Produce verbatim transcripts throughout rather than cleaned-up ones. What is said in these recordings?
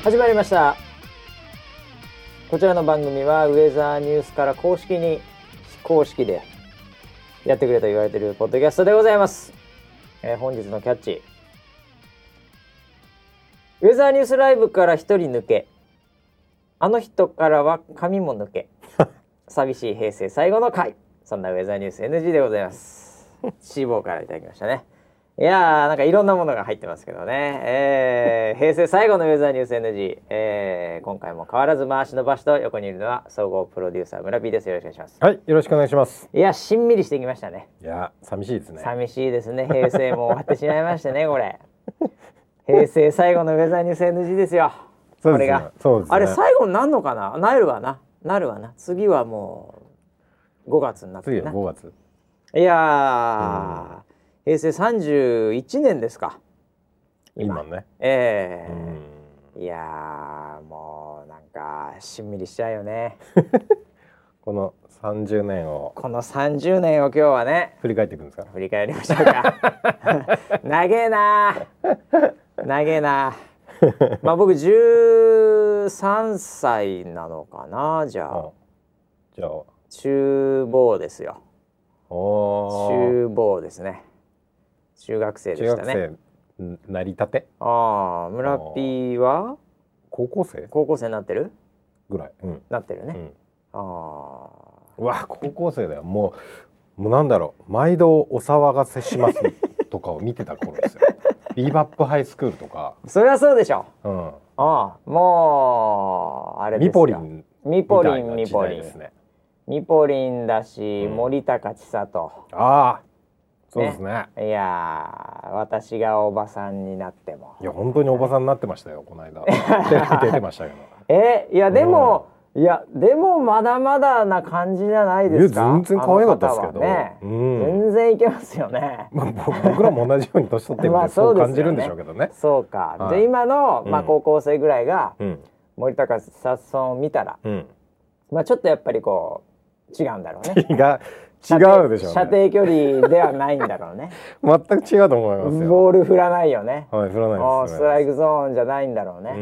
始まりました。こちらの番組はウェザーニュースから公式に非公式でやってくれと言われているポッドキャストでございます。えー、本日のキャッチ、ウェザーニュースライブから一人抜け、あの人からは髪も抜け寂しい平成最後の回、そんなウェザーニュース エヌジー でございます。シーボーからいただきましたね。いやー、なんかいろんなものが入ってますけどね、えー、平成最後のウェザーニュース エヌジー、えー、今回も変わらず回しの場所と横にいるのは総合プロデューサー村 P です。よろしくお願いします。 はい、よろしくお願いします。 いや、しんみりしてきましたね。 いや、寂しいですね。 寂しいですね。平成も終わってしまいましてねこれ平成最後のウェザーニュース エヌジー ですよ。 そうですね、 これがそうですね、 あれ最後になるのかな。なるわな、なるわな。次はもうごがつになってな。 次はごがつ。 いやー、うん、平成さんじゅういちねんですか今, 今ね。 えー、うん、いやー、もうなんかしんみりしちゃうよねこのさんじゅうねんをこのさんじゅうねんを今日はね振り返っていくんですか。 振り返りましょうか長えな長えなまあ僕じゅうさんさいなのかな。じゃあ、うん、 じゃあ中坊ですよ。 お中坊ですね。中学生でしたね。 中学生なりたて。 ああ、村 P は高校生高校生になってるぐらい、うん、 なってるね、うん、 ああ、うわ、高校生だよ。もうもうなんだろう、毎度お騒がせしますとかを見てた頃ですよビーバップハイスクールとか。 そりゃそうでしょ、うん、ああ、もうあれですよ、 ミポリンミポリンミポリンですね。 ミポリンだし、うん、森高千里。 ああ、そうですね。 いや、私がおばさんになっても、 いや本当におばさんになってましたよこの間出てましたけどえ、いやでも、うん、いやでもまだまだな感じじゃないですか。 全然可愛かったですけど、ね、 うん、全然いけますよね、 まあ、僕らも同じように年取ってるんでそう感じるんでしょうけどね。 そうか、はい、で今の、まあ、高校生ぐらいが、うん、森高千里を見たら、うん、まあ、ちょっとやっぱりこう違うんだろうね。 違う違うでしょうね。 射程距離ではないんだろうね全く違うと思いますよ。 ボール振らないよね。 はい、振らないです。 ストライクゾーンじゃないんだろうね。うん、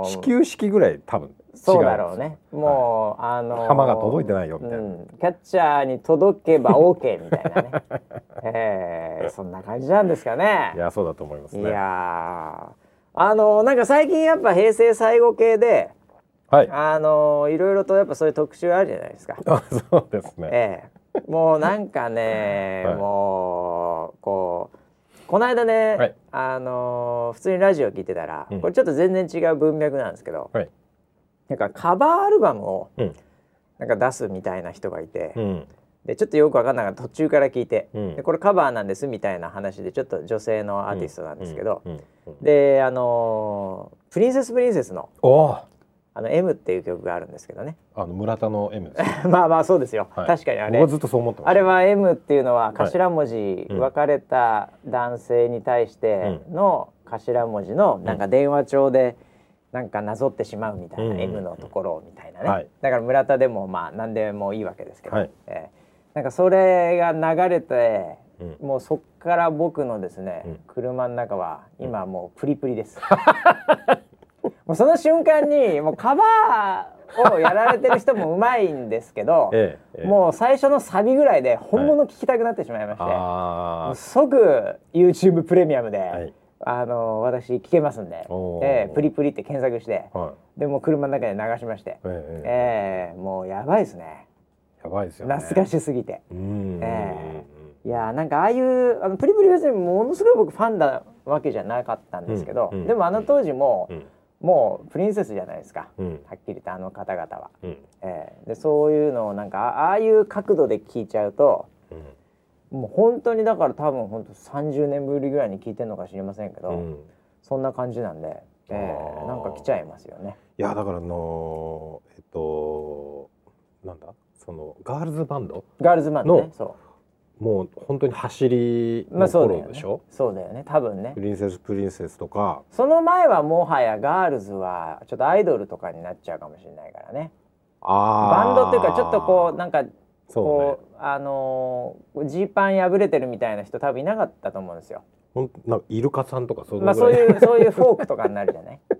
始球式ぐらい多分違う。 そうだろうね。もう、はい、あのー、 球が届いてないよみたいな、うん、 キャッチャーに届けば OK みたいなねえー、そんな感じなんですかね。 いや、そうだと思いますね。 いや、あのー、なんか最近やっぱ平成最後系で、はい、あのー、いろいろとやっぱそういう特集あるじゃないですか。 あ、そうですね、 えー、もうなんかね、はい、もうこうこの間ね、はい、あのー、普通にラジオ聞いてたら、うん、これちょっと全然違う文脈なんですけど、はい、なんかカバーアルバムをなんか出すみたいな人がいて、うん、でちょっとよく分かんないから途中から聞いて、うん、でこれカバーなんですみたいな話で、ちょっと女性のアーティストなんですけど、であのー、プリンセスプリンセスのあの M っていう曲があるんですけどね。 あの村田の M ですまあまあそうですよ、はい、確かにあれ、 僕はずっとそう思ってました。 あれは M っていうのは頭文字、はい、別れた男性に対しての頭文字のなんか電話帳でなんかなぞってしまうみたいな、うん、M のところみたいなね、はい、だから村田でもまあ何でもいいわけですけど、はい、えー、なんかそれが流れて、うん、もうそっから僕のですね、うん、車の中は今もうプリプリですもうその瞬間にもうカバーをやられてる人もうまいんですけど、ええええ、もう最初のサビぐらいで本物聞きたくなってしまいまして、はい、即 YouTube プレミアムで、はい、あの私聞けますんで、えー、プリプリって検索して、はい、でも車の中で流しまして、えええー、もうやばいですね。 やばいですよね。 懐かしすぎて、うん、えー、いやなんかああいうあのプリプリ別にものすごい僕ファンだわけじゃなかったんですけど、うんうん、でもあの当時も、うん、もうプリンセスじゃないですか、うん、はっきりとあの方々は、うん、えー、でそういうのをなんかああいう角度で聞いちゃうと、うん、もう本当にだから多分本当さんじゅうねんぶりぐらいに聞いてるのか知りませんけど、うん、そんな感じなんで、えー、なんか来ちゃいますよね。 いやだからあのー、えっとなんだそのガールズバンドガールズバンドね、そうもう本当に走りの頃でしょ、 まあ、そうだよね、そうだよね、多分ね。 プリンセスプリンセスとか、 その前はもはやガールズはちょっとアイドルとかになっちゃうかもしれないからね。あバンドっていうかちょっとこうなんかこう、ね、あのジーパン破れてるみたいな人多分いなかったと思うんですよ。 ほんなんかイルカさんとかそういう、 まあ、そういうそういうフォークとかになるじゃないど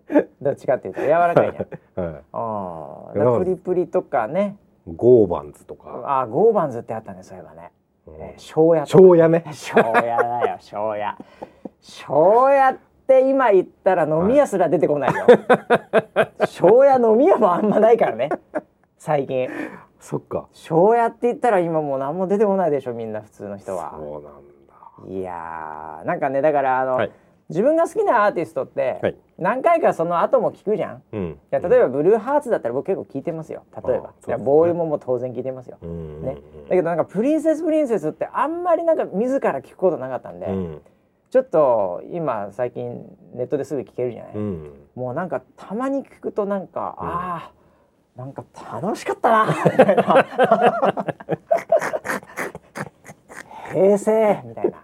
どっちかっていうと柔らかいじゃん。はい、ああ、プリプリとかね。 ゴーバンズとか。 ああ、ゴーバンズってあったね、そういえばね。うん、えー、庄屋。 庄屋ね。 庄屋だよ、庄屋。庄屋って今言ったら飲み屋すら出てこないよ。庄屋飲み屋もあんまないからね。最近。 そっか。 庄屋って言ったら今もう何も出てこないでしょ、みんな普通の人は。 そうなんだ。 いやー、なんかね、だからあの、はい、自分が好きなアーティストって、はい、何回かその後も聞くじゃん。うん、いや例えばブルーハーツだったら僕結構聞いてますよ。例えば、いやボーイももう当然聞いてますよ。ね、だけどなんかプリンセスプリンセスってあんまりなんか自ら聞くことなかったんで、うん、ちょっと今最近ネットですぐ聞けるじゃない。うん、もうなんかたまに聞くとなんか、うん、あーなんか楽しかったなみたいな。平成みたいな。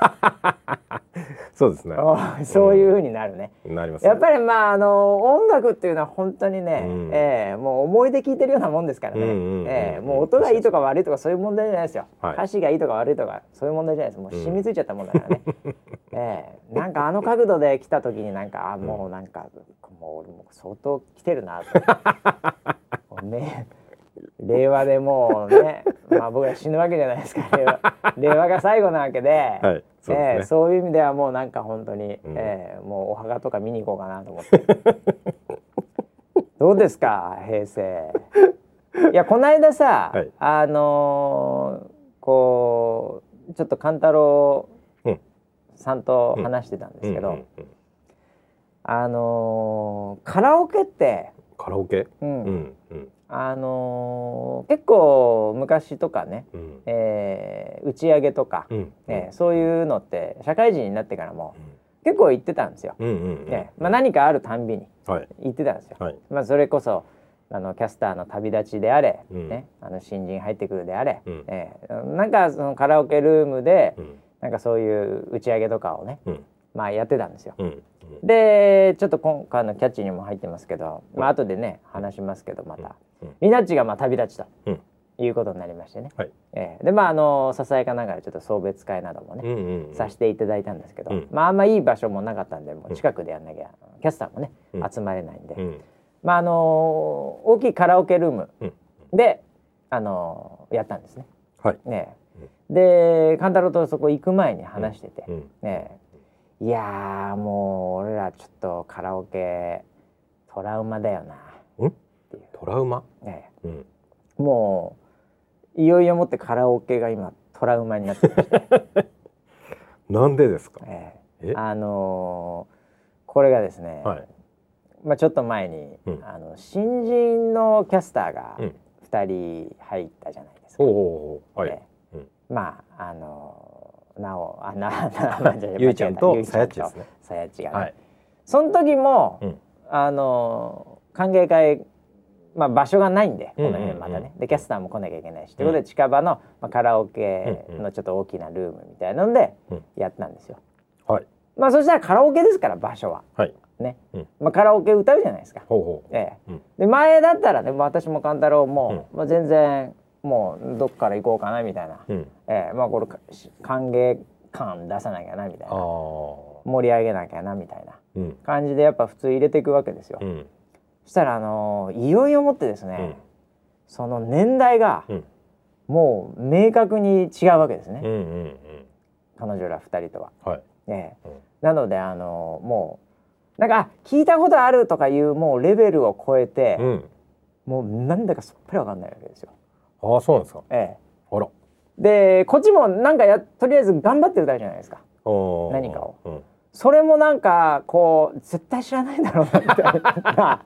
そうですね。 そういう風になるね。 うん、なりますね。 やっぱりまああの音楽っていうのは本当にね、うん、えー、もう思い出聞いてるようなもんですからね。ええ、もう音がいいとか悪いとかそういう問題じゃないですよ。はい、歌詞がいいとか悪いとかそういう問題じゃないです。もう染みついちゃったもんだからね。うん、ええ、なんかあの角度で来た時になんかあもうなんか、うん、もう俺も相当来てるなと。ね。令和でもうね、まあ僕ら死ぬわけじゃないですか。令和、令和が最後なわけで、はい、そうですね、えー、そういう意味ではもうなんか本当に、うん、えー、もうお墓とか見に行こうかなと思って。どうですか平成。いやこの間さ、はい、あのー、こうちょっと勘太郎さんと話してたんですけど、あのー、カラオケってカラオケ、 うんうんうん、あのー、結構昔とかね、うん、えー、打ち上げとか、うんえー、そういうのって社会人になってからも、うん、結構行ってたんですよ。何かあるたんびに行ってたんですよ。はい、まあ、それこそあのキャスターの旅立ちであれ、うん、ね、あの新人入ってくるであれ、うん、えー、なんかそのカラオケルームで、うん、なんかそういう打ち上げとかをね、うん、まあやってたんですよ。うん、でちょっと今回のキャッチにも入ってますけど、まあ後でね話しますけどまた。みなっちがまあ旅立ちということになりましてね、はい、えー、でまああのささやかながらちょっと送別会などもね、うんうんうん、させていただいたんですけど、うん、まああんまいい場所もなかったんでもう近くでやんなきゃ、うん、キャスターもね、うん、集まれないんで、うん、まああのー、大きいカラオケルームで、うん、あのー、やったんですね。はい、ね、うん、で勘太郎とそこ行く前に話してて、うん、ね、いやもう俺らちょっとカラオケトラウマだよな。 んトラウマ、 ね、うん、もういよいよもってカラオケが今トラウマになってましてなんでですか、 えー、えあのー、これがですね、はい、まあ、ちょっと前に、うん、あの新人のキャスターがふたり入ったじゃないですか。まああのー、なおあななゆいちゃんとさやっちですね。 さやっちがね、はい、その時も、うん、あのー、歓迎会まあ、場所がないんでこの辺またね、でキャスターも来なきゃいけないし、うん、ということで近場の、まあ、カラオケのちょっと大きなルームみたいなのでやったんですよ。うん、はい、まあそしたらカラオケですから場所は、はい、ね、うん、まあ、カラオケ歌うじゃないですか。ほうほう、ええ、うん、で前だったらね私も勘太郎も、うん、まあ、全然もうどっから行こうかなみたいな、うん、ええ、まあこれ歓迎感出さなきゃなみたいな、盛り上げなきゃなみたいな感じでやっぱ普通入れていくわけですよ。うん、そしたらあのー、いよいよもってですね、うん、その年代がもう明確に違うわけですね、うんうんうん、彼女らふたりとは。はい、ね、うん、なのであのー、もうなんか聞いたことあるとかいうもうレベルを超えて、うん、もうなんだかさっぱりわかんないわけですよ。 ああそうなんですか。 ええ、 あら。でこっちもなんかやとりあえず頑張って歌うじゃないですか、何かを。うん、それもなんかこう絶対知らないだろうなみたいな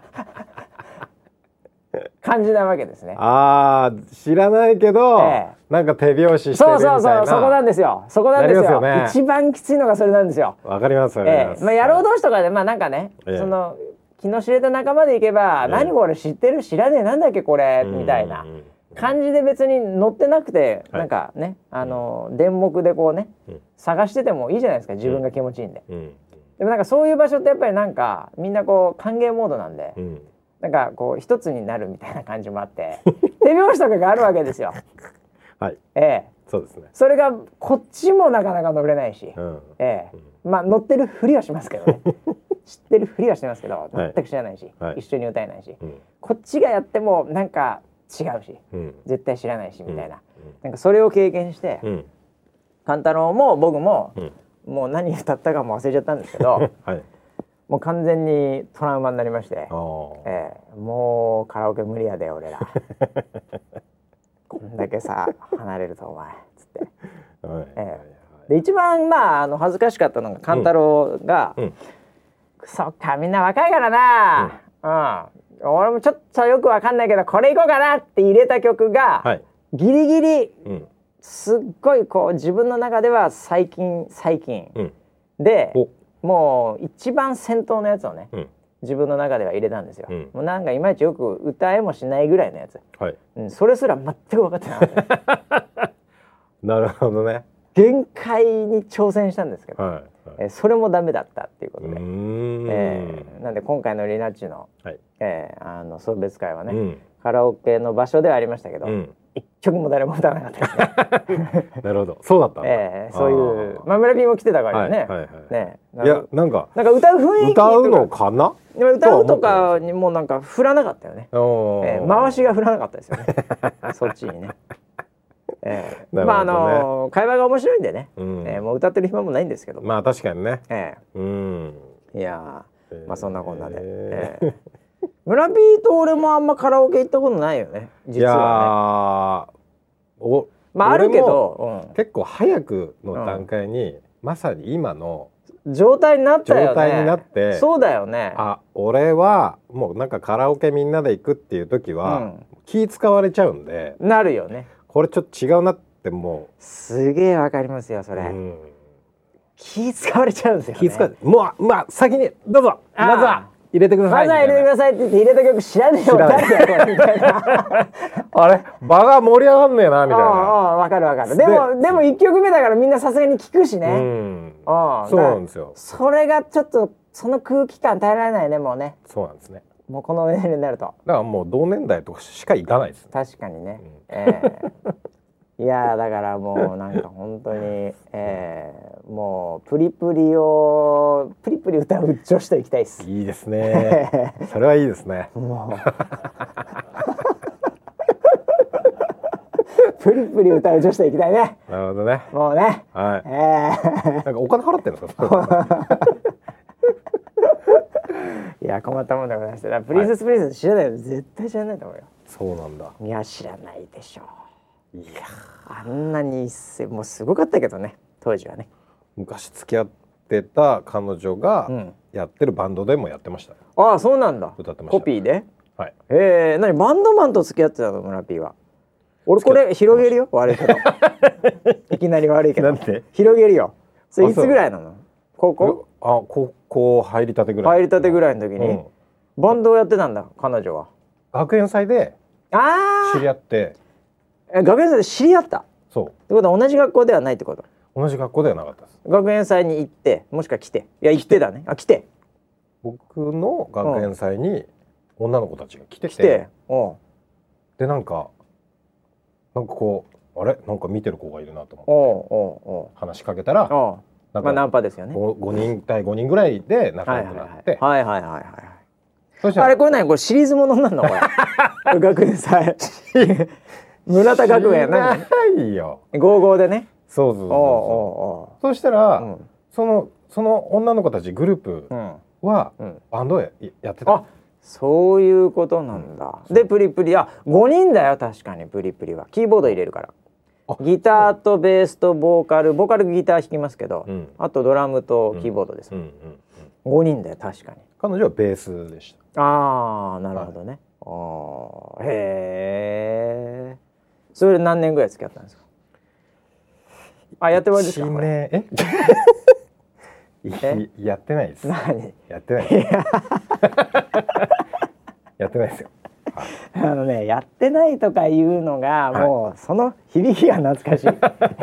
感じなわけですね。 ああ知らないけど、ええ、なんか手拍子してるみたいな。 そうそうそうそこなんですよ。そこなんですよ。ね、一番きついのがそれなんですよ。 わかりますよね。 ええ、まあ野郎同士とかでまあなんかね、ええ、その気の知れた仲間でいけば、ええ、何これ知ってる知らねえなんだっけこれみたいな感じで別に乗ってなくて、はい、なんかねあの、うん、電目でこうね、うん、探しててもいいじゃないですか自分が気持ちいいんで。うんうん、でもなんかそういう場所ってやっぱりなんかみんなこう歓迎モードなんで、うん、なんかこう一つになるみたいな感じもあって手拍子とかがあるわけですよ。 はい。 ええ、 そうですね。 それがこっちもなかなか乗れないし、うん、ええ、まあ乗ってるふりはしますけどね。 知ってるふりはしてますけど、 はい全く知らないし、 はい、 一緒に歌えないし、 うん、 こっちがやってもなんか違うし、うん、絶対知らないしみたいな、うん、なんかそれを経験して、うん、勘太郎も僕も、うん、もう何歌ったかも忘れちゃったんですけど、はい、もう完全にトラウマになりまして、えー、もうカラオケ無理やで俺らこんだけさ離れるとお前つって、はい、えー、で一番まああの恥ずかしかったのが勘太郎が、うんうん、そっかみんな若いからな、うんうん、俺もちょっとよくわかんないけどこれいこうかなって入れた曲が、はい、ギリギリ、うん、すっごいこう自分の中では最近最近、うん、でもう一番先頭のやつをね、うん、自分の中では入れたんですよ、うん、もうなんかいまいちよく歌えもしないぐらいのやつ、はい、うん、それすら全く分かってなかったなるほどね。 限界に挑戦したんですけど、はいはい、えー、それもダメだったっていうことで、うーん、えー、なんで今回のリナッチの、はい、えー、あの送別会はね、うん、カラオケの場所ではありましたけど、うん、一曲も誰も歌わなかったですねなるほど、そうだったんだ、 えー、そういうまあ村 P も来てたからね、はいはいはい、ね、 いやなんかなんか歌う雰囲気歌うのかな、 歌うとかにもなんか振らなかったよね、えー、回しが振らなかったですよねそっちにねえーね、まああのー、会話が面白いんでね、うん、えー、もう歌ってる暇もないんですけど、 まあ確かにね、 えー、うん、いや、えー、まあそんなこんなで、えー、村 P と俺もあんまカラオケ行ったことないよね実はね。いやおまああるけど、 うん、結構早くの段階に、うん、まさに今の状態になったよね。 状態になって、 そうだよね。 あ、俺はもうなんかカラオケみんなで行くっていう時は、うん、気使われちゃうんで、 なるよね。 これちょっと違うなってもうすげえわかりますよそれ、うん、気使われちゃうんですよね。 気使われもうまあ先にどうぞまずは入れてくださいまずは入れてくださいって言って入れた曲知らねえよ誰だよこれみたいなあれ場が盛り上がんねえなみたいな。 わかるわかる。でもでもいっきょくめだからみんなさすがに聞くしね、うん、 あそうなんですよ。 それがちょっとその空気感耐えられないねもうね。 そうなんですね。 もうこの年齢になるとだからもう同年代とかしか行かないです、ね、 確かにね、うん、えー、いやだからもうなんか本当に、えー、もうプリプリをプリプリ歌う女子と行きたいです。 いいですねそれはいいですねもうプリプリ歌う女子と行きたいね。 なるほどね。 もうね、 はい、えー、なんかお金払ってるんですかいや困ったもんでございました。プリンセスプリンセス知らないよ、はい、絶対知らないと思うよ。 そうなんだ。 いや知らないでしょう。いやあんなに一世もうすごかったけどね当時はね。 昔付き合ってた彼女がやってるバンドでもやってました、ね、 うん、ああそうなんだ。 歌ってました。 コピーで。 はい。 ええー、何バンドマンと付き合ってたの村 P は。俺これ広げるよ悪いけどいきなり悪いけどなんて広げるよ。それいつぐらいなの？高校？ あ高校入りたてぐらい。 入りたてぐらいの時に、うん、バンドをやってたんだ彼女は。 学園祭で知り合って。 え学園祭で知り合った？ そう。 ってことは同じ学校ではないってこと？ 同じ学校ではなかったです。 学園祭に行ってもしくは来ていや行ってだね。あ来て。 僕の学園祭に女の子たちが来てて。 来て。うん。 でなんかなんかこうあれなんか見てる子がいるなと思っておうおうおう話しかけたら。 おうなんかまあナンパですよね。 ごにん対ごにんぐらいで仲良くなってはいはいはいはいはいそしたらあれこれ何これシリーズものになるのこれ学園祭村田学園何ないよゴーゴーでね。 そうそうそうそうそうしたら、うん、そのその女の子たちグループは、うん、バンドややってた。 あそういうことなんだ、うん、でプリプリあごにんだよ確かにプリプリはキーボード入れるからギターとベースとボーカルボーカルギター弾きますけど、うん、あとドラムとキーボードです、うんうんうんうん、ごにんだよ確かに。 彼女はベースでした。 ああなるほどね、はい、あへえそれ何年ぐらい付き合ったんですか？あやってもらうんですか？ ええやってないです。 何やってないですやってないですよあのねやってないとかいうのがもう、はい、その響きが懐かしい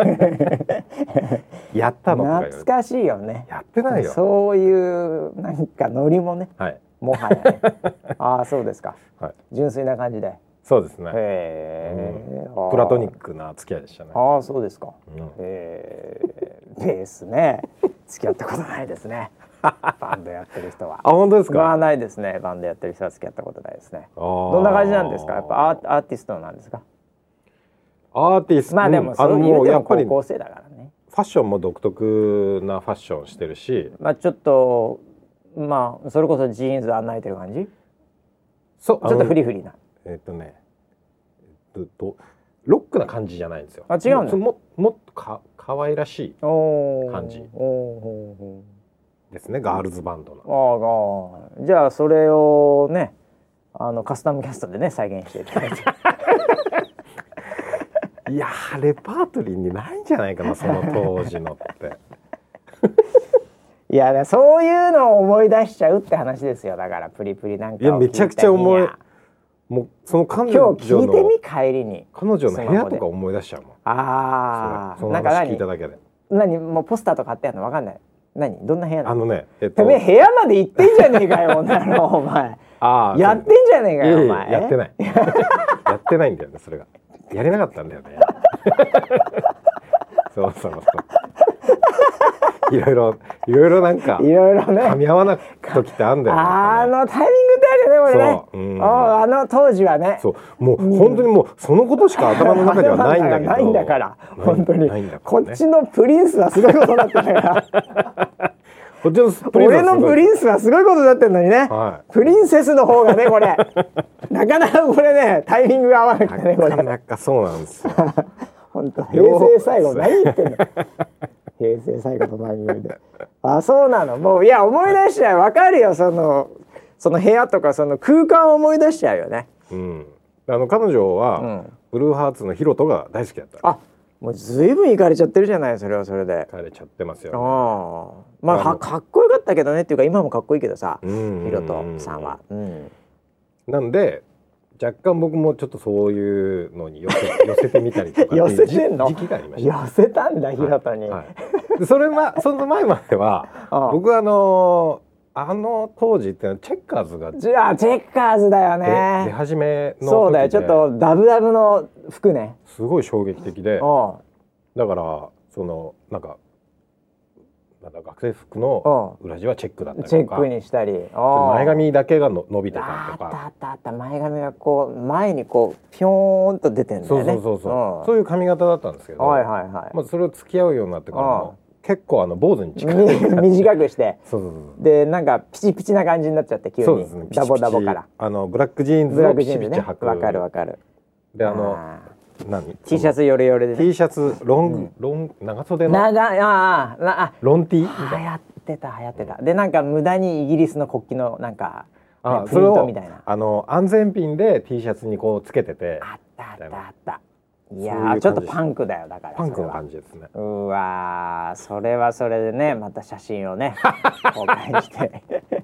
やったの懐かしいよね。 やってないよそういうなんかノリもね、はい、もはやねああそうですか、はい、純粋な感じで。 そうですね。 へえ、 うん、プラトニックな付き合いでしたね。 ああそうですか、うん、へえですね付き合ったことないですねバンドやってる人は。 あ、本当ですか。 まあないですね。バンドやってる人は付き合ったことないですね。どんな感じなんですか。やっぱアー、アーティストなんですか。 アーティスト、 まあでもそういうでも高校生だからね。 ファッションも独特なファッションしてるし、 まあちょっとまあそれこそジーンズ穴開いてる感じ。 そう、 ちょっとフリフリな。 えっとね、えっとロックな感じじゃないんですよ。 あ、違うんだ。 ももっとか可愛らしい感じですね。ガールズバンドの。 ああ、じゃあそれをね、あのカスタムキャストでね再現していただいて。 いやー、レパートリーにないんじゃないかな、その当時のって。 いや、そういうのを思い出しちゃうって話ですよ。だからプリプリなんかを聞いた。 いや、めちゃくちゃ思い、もうその彼女の今日聞いてみ、帰りに彼女の部屋とか思い出しちゃうもん。 ああ、 その話聞いただけで。 何、もうポスターとか貼ってあるの分かんない。何、どんな部屋なの。あのね、 えっと、てめえ部屋まで行ってんじゃねえかよ、女のお前。あ、やってんじゃねえかよ、お前。 やってない。やってないんだよね、それが。やれなかったんだよね。そうそうそう。いろいろいろいろなんかいろいろね噛み合わな時ってあるんだよね。 あのタイミングってあるよね、これね。そう、うん、あ, あの当時はね。 そう、もう、うん、本当にもうそのことしか頭の中にはないんだけど。 ないんだから本当に、ね、こっちのプリンスはすごいことだったんだから。こっちの俺のプリンスはすごいことになってるのにね、はい、プリンセスの方がねこれなかなかこれねタイミングが合わなくてね、これなかなかそうなんですよ。 本当平成最後何言ってんの。平成最後の番組で。あ、そうなの。もういや思い出しちゃう。わかるよ、そのその部屋とかその空間を思い出しちゃうよね。 うん。あの彼女は、うん、ブルーハーツのヒロトが大好きだった。 あ、もうずいぶん行かれちゃってるじゃない。それはそれで。 行かれちゃってますよ、ね。 ああ。まあかっこよかったけどねっていうか今もかっこいいけどさ、ヒロトさんは。うん。 なんで。若干僕もちょっとそういうのに寄せ寄せてみたりとか寄せてんの時期がありました。 寄せたんだ、ヒロトに。 はいはい、それまその前までは僕はあのあの当時ってチェッカーズがじゃあチェッカーズだよね。 出始めの時で、 そうだよ、ちょっとダブダブの服ね。 すごい衝撃的で、だからそのなんか。なんか学生服の裏地はチェックだったりとか、 チェックにしたり、 前髪だけがの伸びてたとか、 あったあったあった、前髪がこう前にこうピョーンと出てんだよね。 そうそうそうそう、うん、そういう髪型だったんですけど、はいはいはい、まずそれを付き合うようになってからも結構あの坊主に近い短くしてそうそうそう、 でなんかピチピチな感じになっちゃって急に、そうですね、ダボダボからあのブラックジーンズをピチピチ履く、 わかるわかる。 であの何 T シャツヨレヨレで、ね、 T シャツロング、うん、ロン長袖の長ああロン T 流行ってた流行ってた。でなんか無駄にイギリスの国旗のなんか、ね、 あプリントみたいな、あの安全ピンで T シャツにこうつけてて、 あったあったあった。いやちょっとパンクだよ。だからパンクの感じですね。 うわそれはそれでね、また写真をね公開して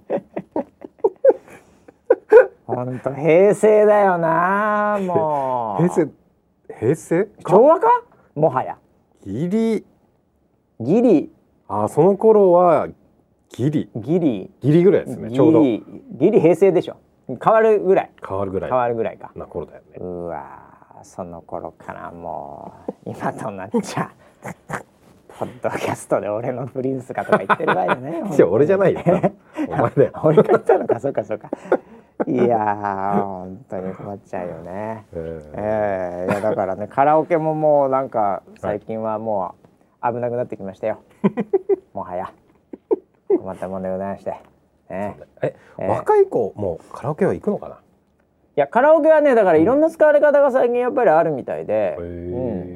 本当平成だよな。もう平成平成昭和かもはや。 ギリギリ、 あ、その頃はギリギリギリぐらいですね。ちょうどギリ平成でしょ。変わるぐらい変わるぐらい変わるぐらいかな頃だよね。 うわその頃からもう今となっちゃポッドキャストで俺のプリンスかとか言ってる場合じゃないよ。 いや俺じゃないよお前で俺が言ったのか。そうかそうか。いやー本当に困っちゃうよね。えー、えー、いやだからねカラオケももうなんか最近はもう危なくなってきましたよ。もはや困ったもんでございまして、ね、 ええー、若い子もうカラオケは行くのかな。 いやカラオケはねだからいろんな使われ方が最近やっぱりあるみたいで、うん、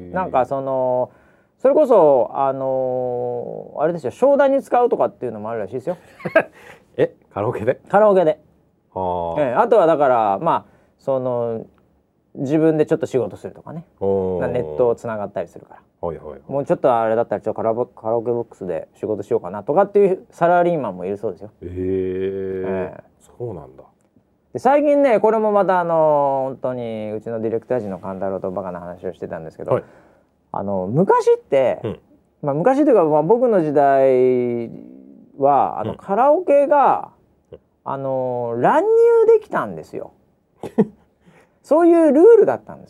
なんかそのそれこそあのー、あれですよ、商談に使うとかっていうのもあるらしいですよ。 えカラオケでカラオケであ、 ええ、あとはだからまあその自分でちょっと仕事するとかね、ネットつながったりするから、はいはいはい、もうちょっとあれだったらちょっとカラボカラオケボックスで仕事しようかなとかっていうサラリーマンもいるそうですよ。へえ、そうなんだ。 で最近ねこれもまたあの本当にうちのディレクター陣の勘太郎とバカな話をしてたんですけど、はい、あの昔って、うん、まあ昔というか、まあ、僕の時代はあの、うん、カラオケがあの乱入できたんですよ。そういうルールだったんですね。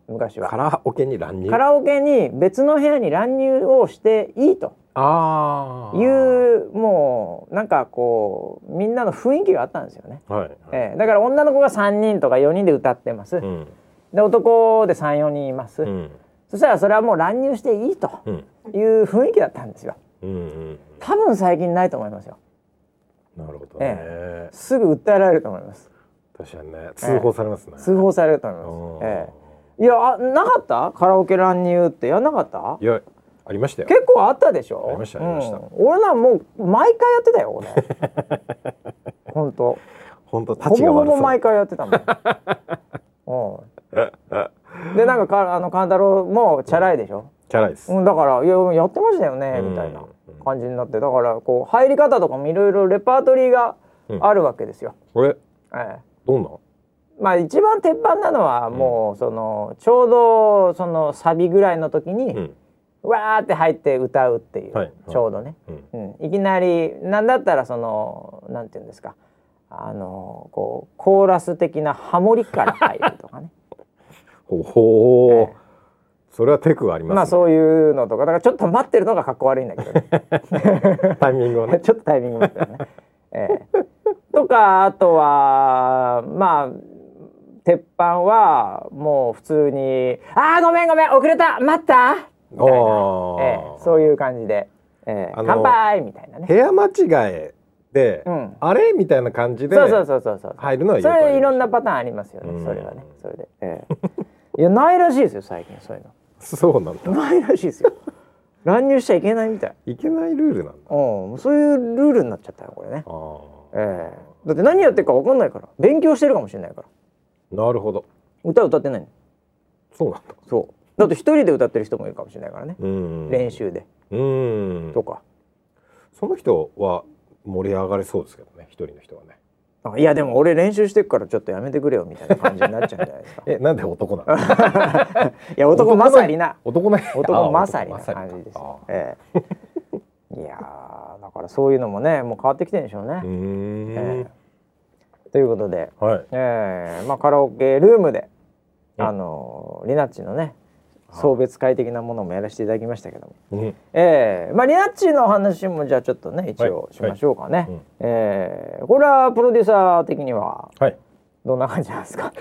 昔は。 カラオケに乱入。 カラオケに別の部屋に乱入をしていいとあいうもうなんかこうみんなの雰囲気があったんですよね。 はいはい、 えー、だから女の子がさんにんとかよにんで歌ってます。うん、で男でさん、よにんいます。うん、そしたらそれはもう乱入していいという雰囲気だったんですよ。うんうん、多分最近ないと思いますよ。 なるほどね、 えー、すぐ訴えられると思います。 確かにね、通報されますね。 えー、通報されると思います。えー、いやなかったカラオケ乱入ってやんなかった？ いやありましたよ。 結構あったでしょ。 ありましたありました、うん、 俺らもう毎回やってたよ俺。本当本当立ちが悪そう。 ほぼほぼ毎回やってたもん。うん、でなんかかあの勘太郎もチャラいでしょ。うん、 チャラいです。 うん、だからいややってましたよね、うん、みたいな感じになって、だからこう入り方とかもいろいろレパートリーがあるわけですよ。 これ、 ええ、 どんな？ まあ一番鉄板なのはもう、うん、そのちょうどそのサビぐらいの時に、うん、わーって入って歌うっていう、はい、ちょうどね、うんうん、いきなりなんだったらそのなんていうんですか、あのこうコーラス的なハモリから入るとかね。 ほほー、ええ、それはテクがありますね。 まあそういうのとかだからちょっと待ってるのがかっこ悪いんだけどね。 タイミングをね。 ちょっとタイミング待ってるね。ええ、とかあとはまあ鉄板はもう普通に「あーごめんごめん遅れた待った!」みたいな、ええ、そういう感じで、ええ、乾杯みたいなね。 部屋間違えで、うん、あれみたいな感じで入るのはよくあります。 それいろんなパターンありますよね。それはね。それで、ええ、いやないらしいですよ最近そういうの。 そうなんだ。 ないらしいですよ。乱入しちゃいけないみたい。 いけないルールなんだ。 うん、そういうルールになっちゃったよこれね。あ、ええ、だって何やってるか分かんないから勉強してるかもしれないから。 なるほど。 歌歌ってないの。 そうなんだ。 そう。だって一人で歌ってる人もいるかもしれないからね。練習で。うんとか。 その人は盛り上がりそうですけどね、一人の人はね。 いやでも俺練習してるからちょっとやめてくれよみたいな感じになっちゃうんじゃないですか。 え、なんで男なの？いや男まさりな。 男の男まさりな感じです。ええ、いやだからそういうのもねもう変わってきてるんでしょうね。うーん、えー、ということで、はい、えー、まあカラオケルームであのリナッチのね送別会的なものもやらせていただきましたけども、うん、えー、まあリナッチの話もじゃあちょっとね一応しましょうかね。はいはい、うん、えー、これはプロデューサー的にはどんな感じなんですか？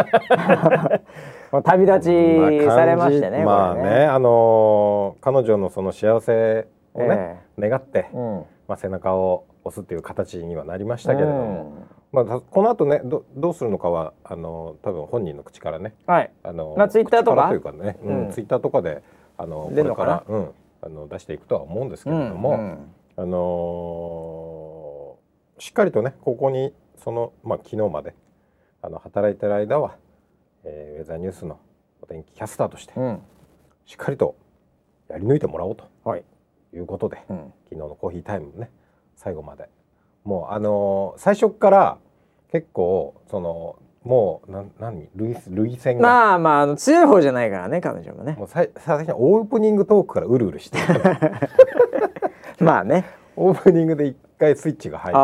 旅立ちされましてね。 まあね、ね、あのー、彼女のその幸せをね、えー、願って、うん、まあ、背中を押すっていう形にはなりましたけれども、うん、まあ、この後ね ど, どうするのかはあの多分本人の口からね、 はい、 あの、 まあ、ツイッターとかというかね、うんうん、ツイッターとかであのこれから、うん、あの出していくとは思うんですけれども、うんうん、あのー、しっかりとねここにその、まあ、昨日まであの働いてる間は、えー、ウェザーニュースのお天気キャスターとして、うん、しっかりとやり抜いてもらおうと、はい、いうことで、うん、昨日のコーヒータイムもね最後までもうあのー、最初から結構そのもうな何類類線がまあまあ、あの強い方じゃないからね彼女もね。 もう最初のオープニングトークからうるうるしてまあねオープニングで一回スイッチが入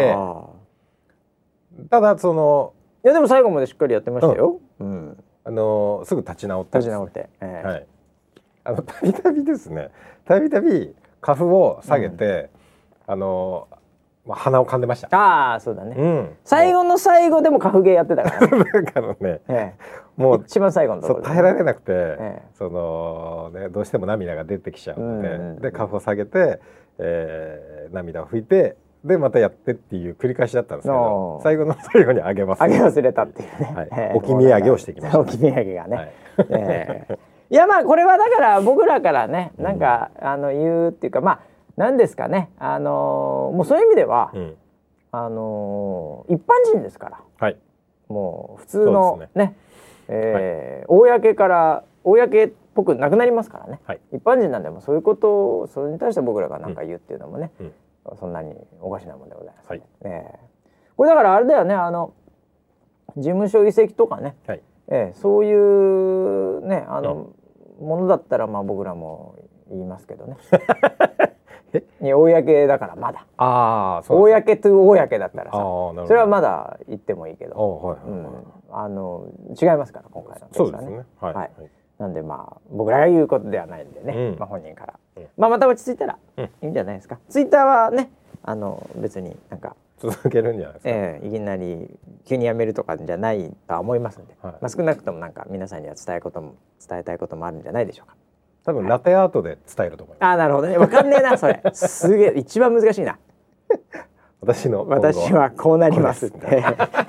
ってただそのいやでも最後までしっかりやってましたよ。うん、うん、 あのー、すぐ立ち直って、 ね、立ち直って、えー、はい、 あのたびたびですねたびたびカフを下げて、うん、あのーまあ、鼻を噛んでました。 ああそうだね、うん、最後の最後でもカフゲーやってたからね。 だからね、ええ、 もう一番最後のところで、ね、耐えられなくて、ええ、そのねどうしても涙が出てきちゃうので、うんうん、でカフを下げて、えー、涙を拭いてでまたやってっていう繰り返しだったんですけど、最後の最後にあげます、 ね、あげ忘れたっていうね、 はい、えー、置き土産をしてきました、ね、 置き土産がね、はい、えー、いやまあこれはだから僕らからねなんか、うん、あの言うっていうかまあなんですかね、あのー、もうそういう意味では、うん、あのー、一般人ですから、はい、もう普通の ね, ね、えーはい、公から公っぽくなくなりますからね、はい、一般人なんでもそういうことをそれに対して僕らが何か言うっていうのもね、うん、そんなにおかしなもんでございます、ね、はい、えー、これだからあれだよね、あの事務所移籍とかね、はい、えー、そういうねあの、うん、ものだったらまあ僕らも言いますけどね。え公だからまだあそう公と公だったらさそれはまだ言ってもいいけど、はいはいはい、うん、 あの違いますから今回のケースはね。 そうですね。はい。 はい、なんでまあ僕らが言うことではないんでね、うん、まあ本人から、うん、まあまた落ち着いたらいいんじゃないですか。うん、ツイッターはねあの別になんか続けるんじゃないですか。 えー、いきなり急にやめるとかじゃないとは思いますんで、はい、まあ少なくともなんか皆さんには伝えことも伝えたいこともあるんじゃないでしょうか。 多分ラテアートで伝えると思います。 はい、あ、なるほどね。わかんねえなそれ。すげえ一番難しいな。 私の私はこうなりますって。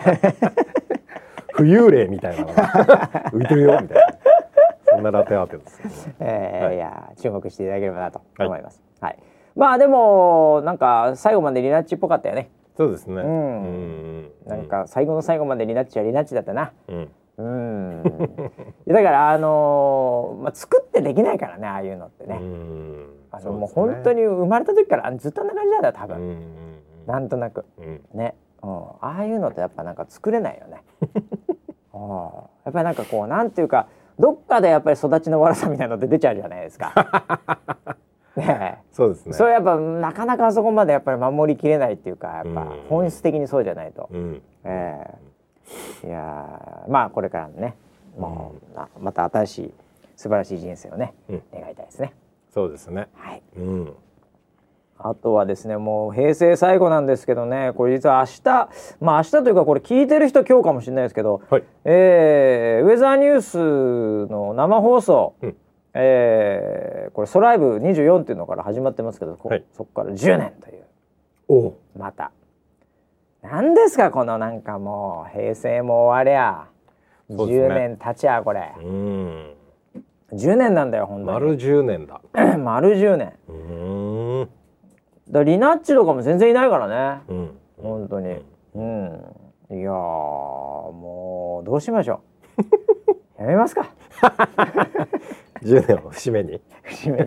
浮遊霊みたいなのが浮いてるよみたいな。そんなラテアートです、ね。 えーはい、いや注目していただければなと思います。はい。はい、まあでもなんか最後までリナッチっぽかったよね。 そうですね。 うん。うんなんか最後の最後までリナッチはリナッチだったな。うん。うんだからあのー、まあ作ってできないからねああいうのってね。うんあの、ね、もう本当に生まれた時からずっとあんな感じなんだよ多分。うんなんとなく、うん、ね、うん、ああいうのってやっぱなんか作れないよね。うん、やっぱりなんかこうなんていうかどっかでやっぱり育ちの悪さみたいなのって出ちゃうじゃないですか。ね、 そうですね。 それやっぱなかなかあそこまでやっぱり守りきれないっていうかやっぱ本質的にそうじゃないと。うん、えー、いやまあこれからのねもうまた新しい素晴らしい人生をね、うん、願いたいですね。 そうですね。 はい。 うん。 あとはですねもう平成最後なんですけどねこれ実は明日まあ明日というかこれ聞いてる人今日かもしれないですけど、はいえー、ウェザーニュースの生放送、うんえー、これソライブにじゅうよんっていうのから始まってますけど、はい、そこからじゅうねんというおまた何ですかこのなんかもう平成も終わりゃ、ね、じゅうねん経ちゃこれうんじゅうねんなんだよ本当に丸じゅうねんだ丸じゅうねんうんだリナッチとかも全然いないからね、うん、本当に、うん、いやもうどうしましょうやめますかじゅうねんを節目に節目に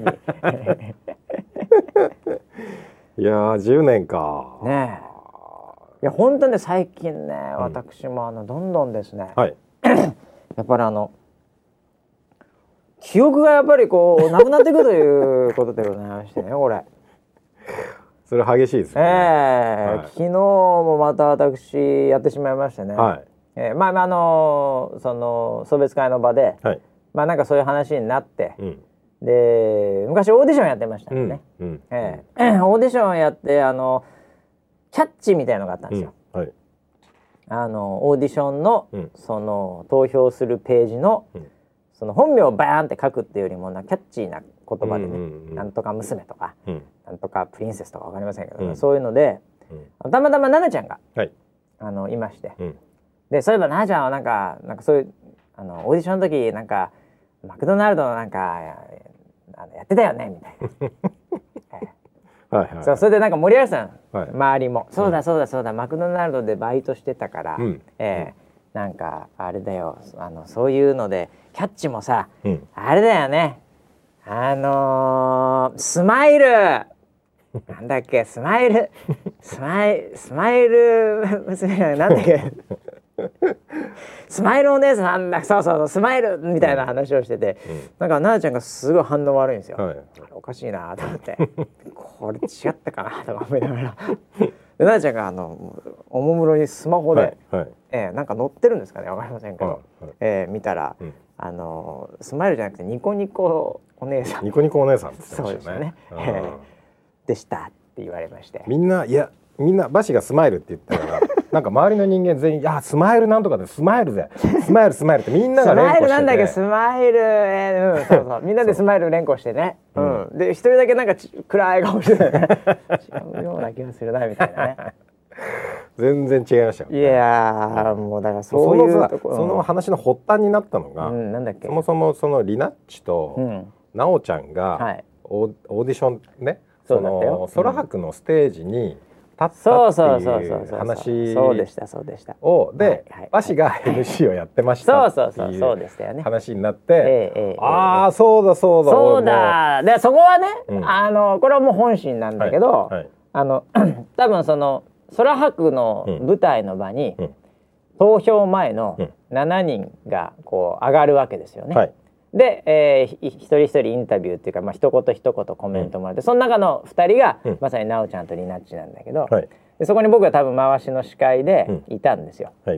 いやじゅうねんかねえいや本当に最近ね、うん、私もあのどんどんですね、はい、やっぱりあの記憶がやっぱりこうなくなっていくということでございましてねこれそれ激しいですね、 えーはい、昨日もまた私やってしまいましてね、はいえー、まあ、まあ、あのその送別会の場で、はい、まあなんかそういう話になって、うん、で昔オーディションやってましたんでね、うんうんえー、オーディションやってあのキャッチみたいのがあったんですよ、うんはい、あのオーディションの、うん、その投票するページの、うん、その本名をバーンって書くっていうよりもなキャッチーな言葉でね、うんうんうん、なんとか娘とか、うん、なんとかプリンセスとかわかりませんけど、うん、そういうので、うん、たまたま奈々ちゃんが、はい、あのいまして、うん、でそういえば奈々ちゃんはなんかなんかそういうあのオーディションの時なんかマクドナルドのなんか や, やってたよねみたいな。はいはい、そうそれでなんか盛り上がってたの、はい、周りも、そうだそうだそうだ、うん、マクドナルドでバイトしてたから、うんえー、なんかあれだよあのそういうのでキャッチもさ、うん、あれだよねあのー、スマイルなんだっけスマイルスマイスマイル娘なんだっけスマイルお姉さんなんだそうそうそうスマイルみたいな話をしてて、うん、なんか奈々ちゃんがすごい反応悪いんですよ、はい、おかしいなと思ってこれ違ったかなとか思いながらで奈々ちゃんがあのおもむろにスマホで、はいはいえー、なんか載ってるんですかねわかりませんけど、はいはいえー、見たら、うんあのスマイルじゃなくてニコニコお姉さんニコニコお姉さんって言ってましたよね。 そうですよね、えー、でしたって言われましてみんないやみんなバシがスマイルって言ったからなんか周りの人間全員いやスマイルなんとかでスマイルぜスマイルスマイルってみんなが連呼しててスマイルなんだっけスマイル、えーうん、そうそうみんなでスマイル連呼してねう、うん、で一人だけなんか暗い顔してたね違うような気がするなみたいなね全然違いましたよ、ね、 いやもうだからそういうところそ, その話の発端になったのが、うん、 なんだっけそもそもそのリナッチと奈緒ちゃんがオーディションねその空白のステージに立ったっていう話をでバシが エムシー をやってましたっていう話になってああそうだそうだそうだでそこはね、うん、あのこれはもう本心なんだけど、はいはい、あの多分その空白の舞台の場に、うん、投票前のしちにんがこう上がるわけですよね。はい、で、えー、一人一人インタビューっていうか、まあ、一言一言コメントもらって、うん、その中のふたりが、うん、まさに奈緒ちゃんとリナッチなんだけど、はい、でそこに僕は多分回しの司会でいたんですよ。 うん、いました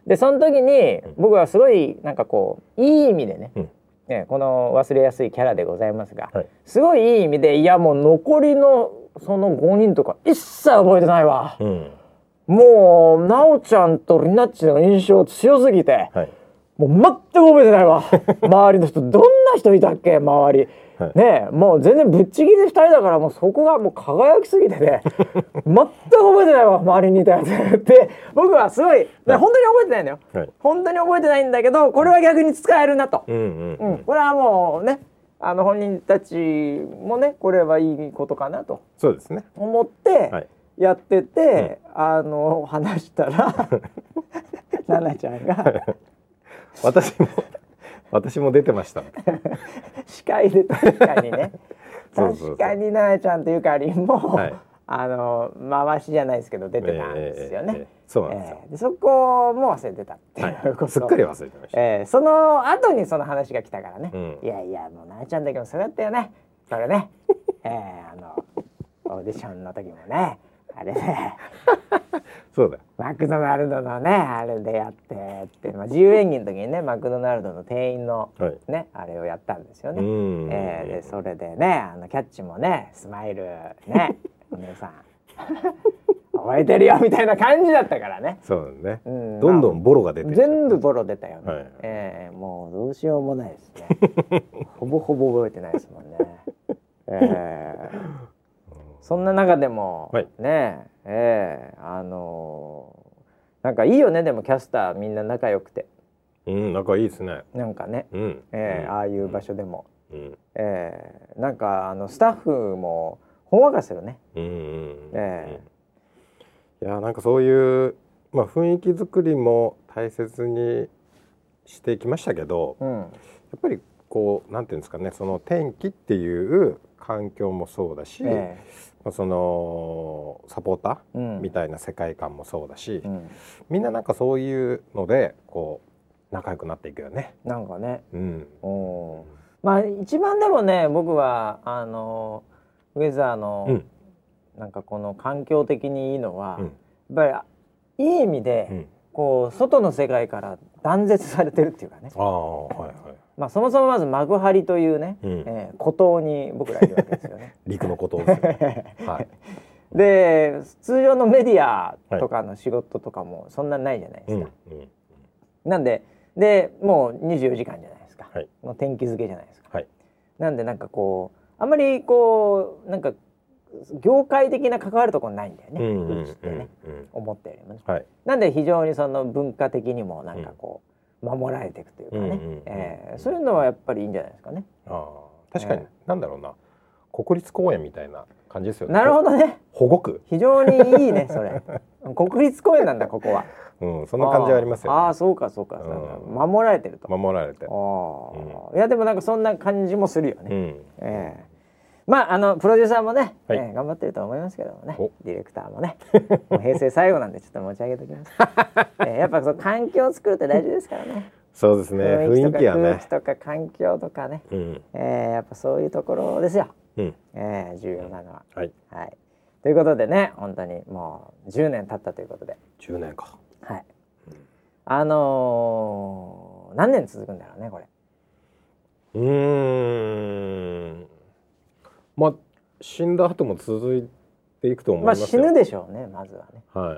でその時に僕はすごいなんかこういい意味でね、うんね、この忘れやすいキャラでございますが、はい、すごいいい意味でいやもう残りのそのごにんとか一切覚えてないわ、うん、もうなおちゃんとりなっちの印象強すぎて、はい、もう全く覚えてないわ周りの人どんな人いたっけ周り、はい、ねえもう全然ぶっちぎりでふたりだからもうそこがもう輝きすぎてね全く覚えてないわ周りにいたやつって僕はすごい、はい、本当に覚えてないんだよ、はい、本当に覚えてないんだけどこれは逆に使えるなと、うんうんうんうん、これはもうねあの本人たちもねこれはいいことかなとそうですね思ってやってて、はい、あの話したら奈々ちゃんが私も私も出てました司会で確かにね確かに奈々ちゃんとゆかりんも、はい、あの回しじゃないですけど出てたんですよね、えーえー、 そうなんですよ、 えー、でそこも忘れてたっていうこと、はい、 すっかり忘れてました、 えー、その後にその話が来たからね、うん、いやいやもう奈々ちゃんだけもそうだったよねそれね、えー、あのオーディションの時もねあれねそうだマクドナルドのねあれでやってって、まあ、自由演技の時にねマクドナルドの店員のね、はい、あれをやったんですよね、えー、でそれでねあのキャッチもねスマイルねお姉さん覚えてるよみたいな感じだったからねそうだね、うん、どんどんボロが出てる全部ボロ出たよね、はい、えー、もうどうしようもないですねほぼほぼ覚えてないですもんね、えーそんな中でも、はい、ねえー、あのー、なんかいいよねでもキャスターみんな仲良くて、 うん、仲いいですねなんかね、うんえーうん、ああいう場所でも、うんえー、なんかあのスタッフもほんわかするね、うんうんえー、いやなんかそういう、まあ、雰囲気作りも大切にしてきましたけど、うん、やっぱりこうなんていうんですかねその天気っていう環境もそうだし、えー、そのサポーターみたいな世界観もそうだし、うん、みんななんかそういうのでこう仲良くなっていくよね。 なんかね、うん、おまあ一番でもね僕はあのウェザーの、うん、なんかこの環境的にいいのは、うん、やっぱりいい意味で、うん、こう外の世界から断絶されてるっていうかね。ああはいはい。まあ、そもそもまず幕張というね、うんえー、孤島に僕らいるわけですよね陸の孤島ですよね、はい、 で通常のメディアとかの仕事とかもそんなないじゃないですか、はいうんうん、なんででもうにじゅうよじかんじゃないですか、はい、もう天気づけじゃないですか、はい、なんでなんかこうあんまりこうなんか業界的な関わるところないんだよね、うんうん、うちってね、うんうん、思ったよりもね、はい、なんで非常にその文化的にもなんかこう、うん守られていくというかね、うんうんうんえー、そういうのはやっぱりいいんじゃないですかね。 あ確かに、えー、なんだろうな国立公園みたいな感じですよね。 なるほどね。 保護区非常にいいねそれ国立公園なんだここは。 うんそんな感じはありますよね。 ああそうかそうか、うん、守られてると。 守られて。あ、 うん、いやでもなんかそんな感じもするよね。うんえーまああのプロデューサーもね、はいえー、頑張ってると思いますけどもねディレクターもねもう平成最後なんでちょっと持ち上げておきます、えー、やっぱその環境を作るって大事ですからねそうですね雰囲気はね空気とか環境とかね、うんえー、やっぱそういうところですよ、うんえー、重要なのは、はいはい、ということでね本当にもうじゅうねん経ったということでじゅうねんかはい、うん、あのー、何年続くんだろうねこれうーんまあ死んだ後も続いていくと思いますよ。まあ死ぬでしょうねまずはね。はい。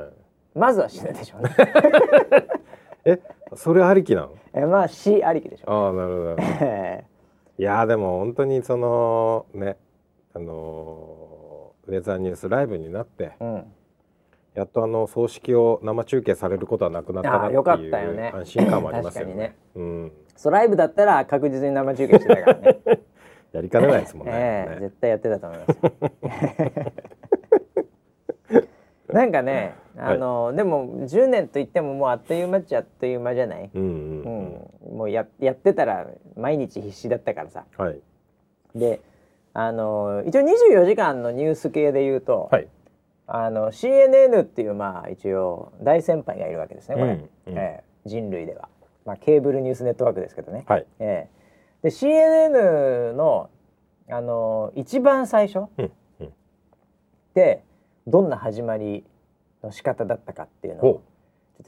まずは死ぬでしょうね。 え、それありきなの？ え、まあ死ありきでしょう、ね。 ああなるほど。いやでも本当にそのねあのウェザーニュースライブになって、うん、やっとあの葬式を生中継されることはなくなったなっていう、ね、安心感もありますよね。ねうん。そうライブだったら確実に生中継してたからね。 やりかねないですもんね。 えー、絶対やってたと思います。なんかね、あの、はい、でもじゅうねんといってももうあっという間っちゃあっという間じゃない。うんうんうんうん、もう や, やってたら毎日必死だったからさ。はい、で、あの一応にじゅうよじかんのニュース系で言うと、はい、あの シーエヌエヌ っていうまあ一応大先輩がいるわけですねこれ、うんうんえー、人類では、まあ、ケーブルニュースネットワークですけどね。はいえーで シーエヌエヌ の、あのー、一番最初、うんうん、でどんな始まりの仕方だったかっていうのをちょっと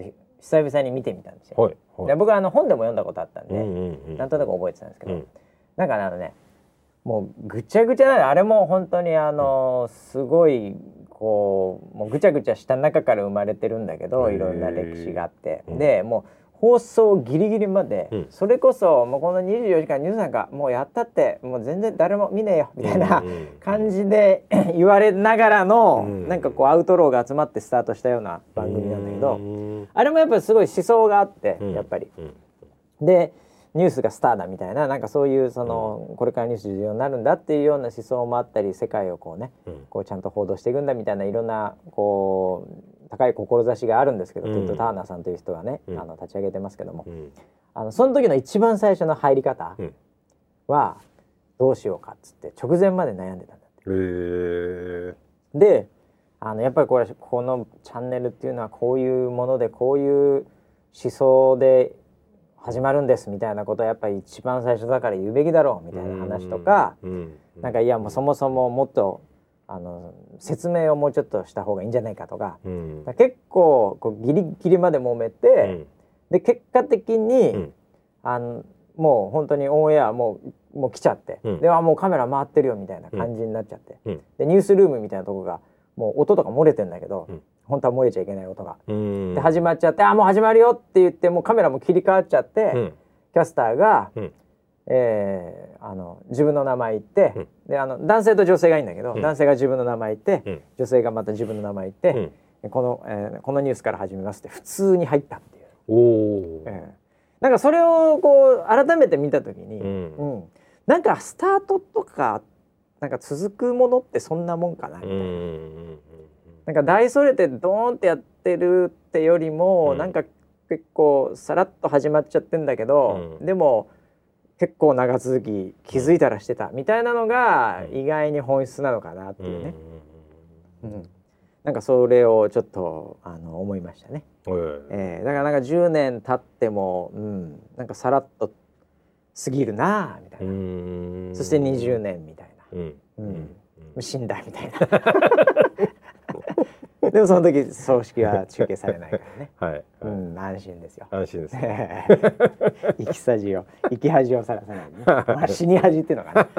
久々に見てみたんですよ。 はいはい、 で僕はあの本でも読んだことあったんで、 うんうんうん、 なんとなく覚えてたんですけど、うん、なんかあのねもうぐちゃぐちゃなの。あれも本当にあの、うん、すごいこうもうぐちゃぐちゃした中から生まれてるんだけど、いろんな歴史があって、うん、でもう放送ギリギリまで、うん、それこそもうこのにじゅうよじかんニュースなんかもうやったってもう全然誰も見ねえよみたいな感じで言われながらの、うん、なんかこうアウトローが集まってスタートしたような番組なんだけど、うん、あれもやっぱりすごい思想があって、うん、やっぱり、うん、でニュースがスターだみたいななんかそういうその、うん、これからニュース重要になるんだっていうような思想もあったり、世界をこうね、うん、こうちゃんと報道していくんだみたいないろんなこう高い志があるんですけど、うん、テッド・ターナーさんという人がね、うん、あの立ち上げてますけども、うん、あのその時の一番最初の入り方はどうしようかっつって直前まで悩んでたんだって。へー。であのやっぱりこれこのチャンネルっていうのはこういうものでこういう思想で始まるんですみたいなことはやっぱり一番最初だから言うべきだろうみたいな話とか、うん、なんかいやもうそもそももっとあの説明をもうちょっとした方がいいんじゃないかとか、うん、結構こうギリギリまで揉めて、うん、で結果的に、うん、あのもう本当にオンエアもうもう来ちゃって、うん、ではもうカメラ回ってるよみたいな感じになっちゃって、うん、でニュースルームみたいなとこがもう音とか漏れてんだけど、うん、本当は漏れちゃいけない音が、うん、で始まっちゃってあもう始まるよって言ってもうカメラも切り替わっちゃって、うん、キャスターが、うんえー、あの自分の名前言って、うん、であの男性と女性がいいんだけど、うん、男性が自分の名前言って、うん、女性がまた自分の名前言って、うん、この、えー、このニュースから始めますって普通に入ったっていう。お、えー、なんかそれをこう改めて見た時に、うんうん、なんかスタートとかなんか続くものってそんなもんかなみたいな、うん、なんか大それてドーンってやってるってよりも、うん、なんか結構さらっと始まっちゃってんだけど、うん、でも結構長続き気づいたらしてたみたいなのが意外に本質なのかなっていうね、うんうん、なんかそれをちょっとあの思いましたね、えー、だからなんかじゅうねん経っても、うん、なんかさらっと過ぎるなみたいな、そしてにじゅうねんみたいな、うんうんうん、死んだみたいなでもその時葬式は中継されないからね、はいはい、うん、安心ですよ。 安心です、ね、 生き恥を生き恥をさらさないで、ねまあ、死に恥っていうのかな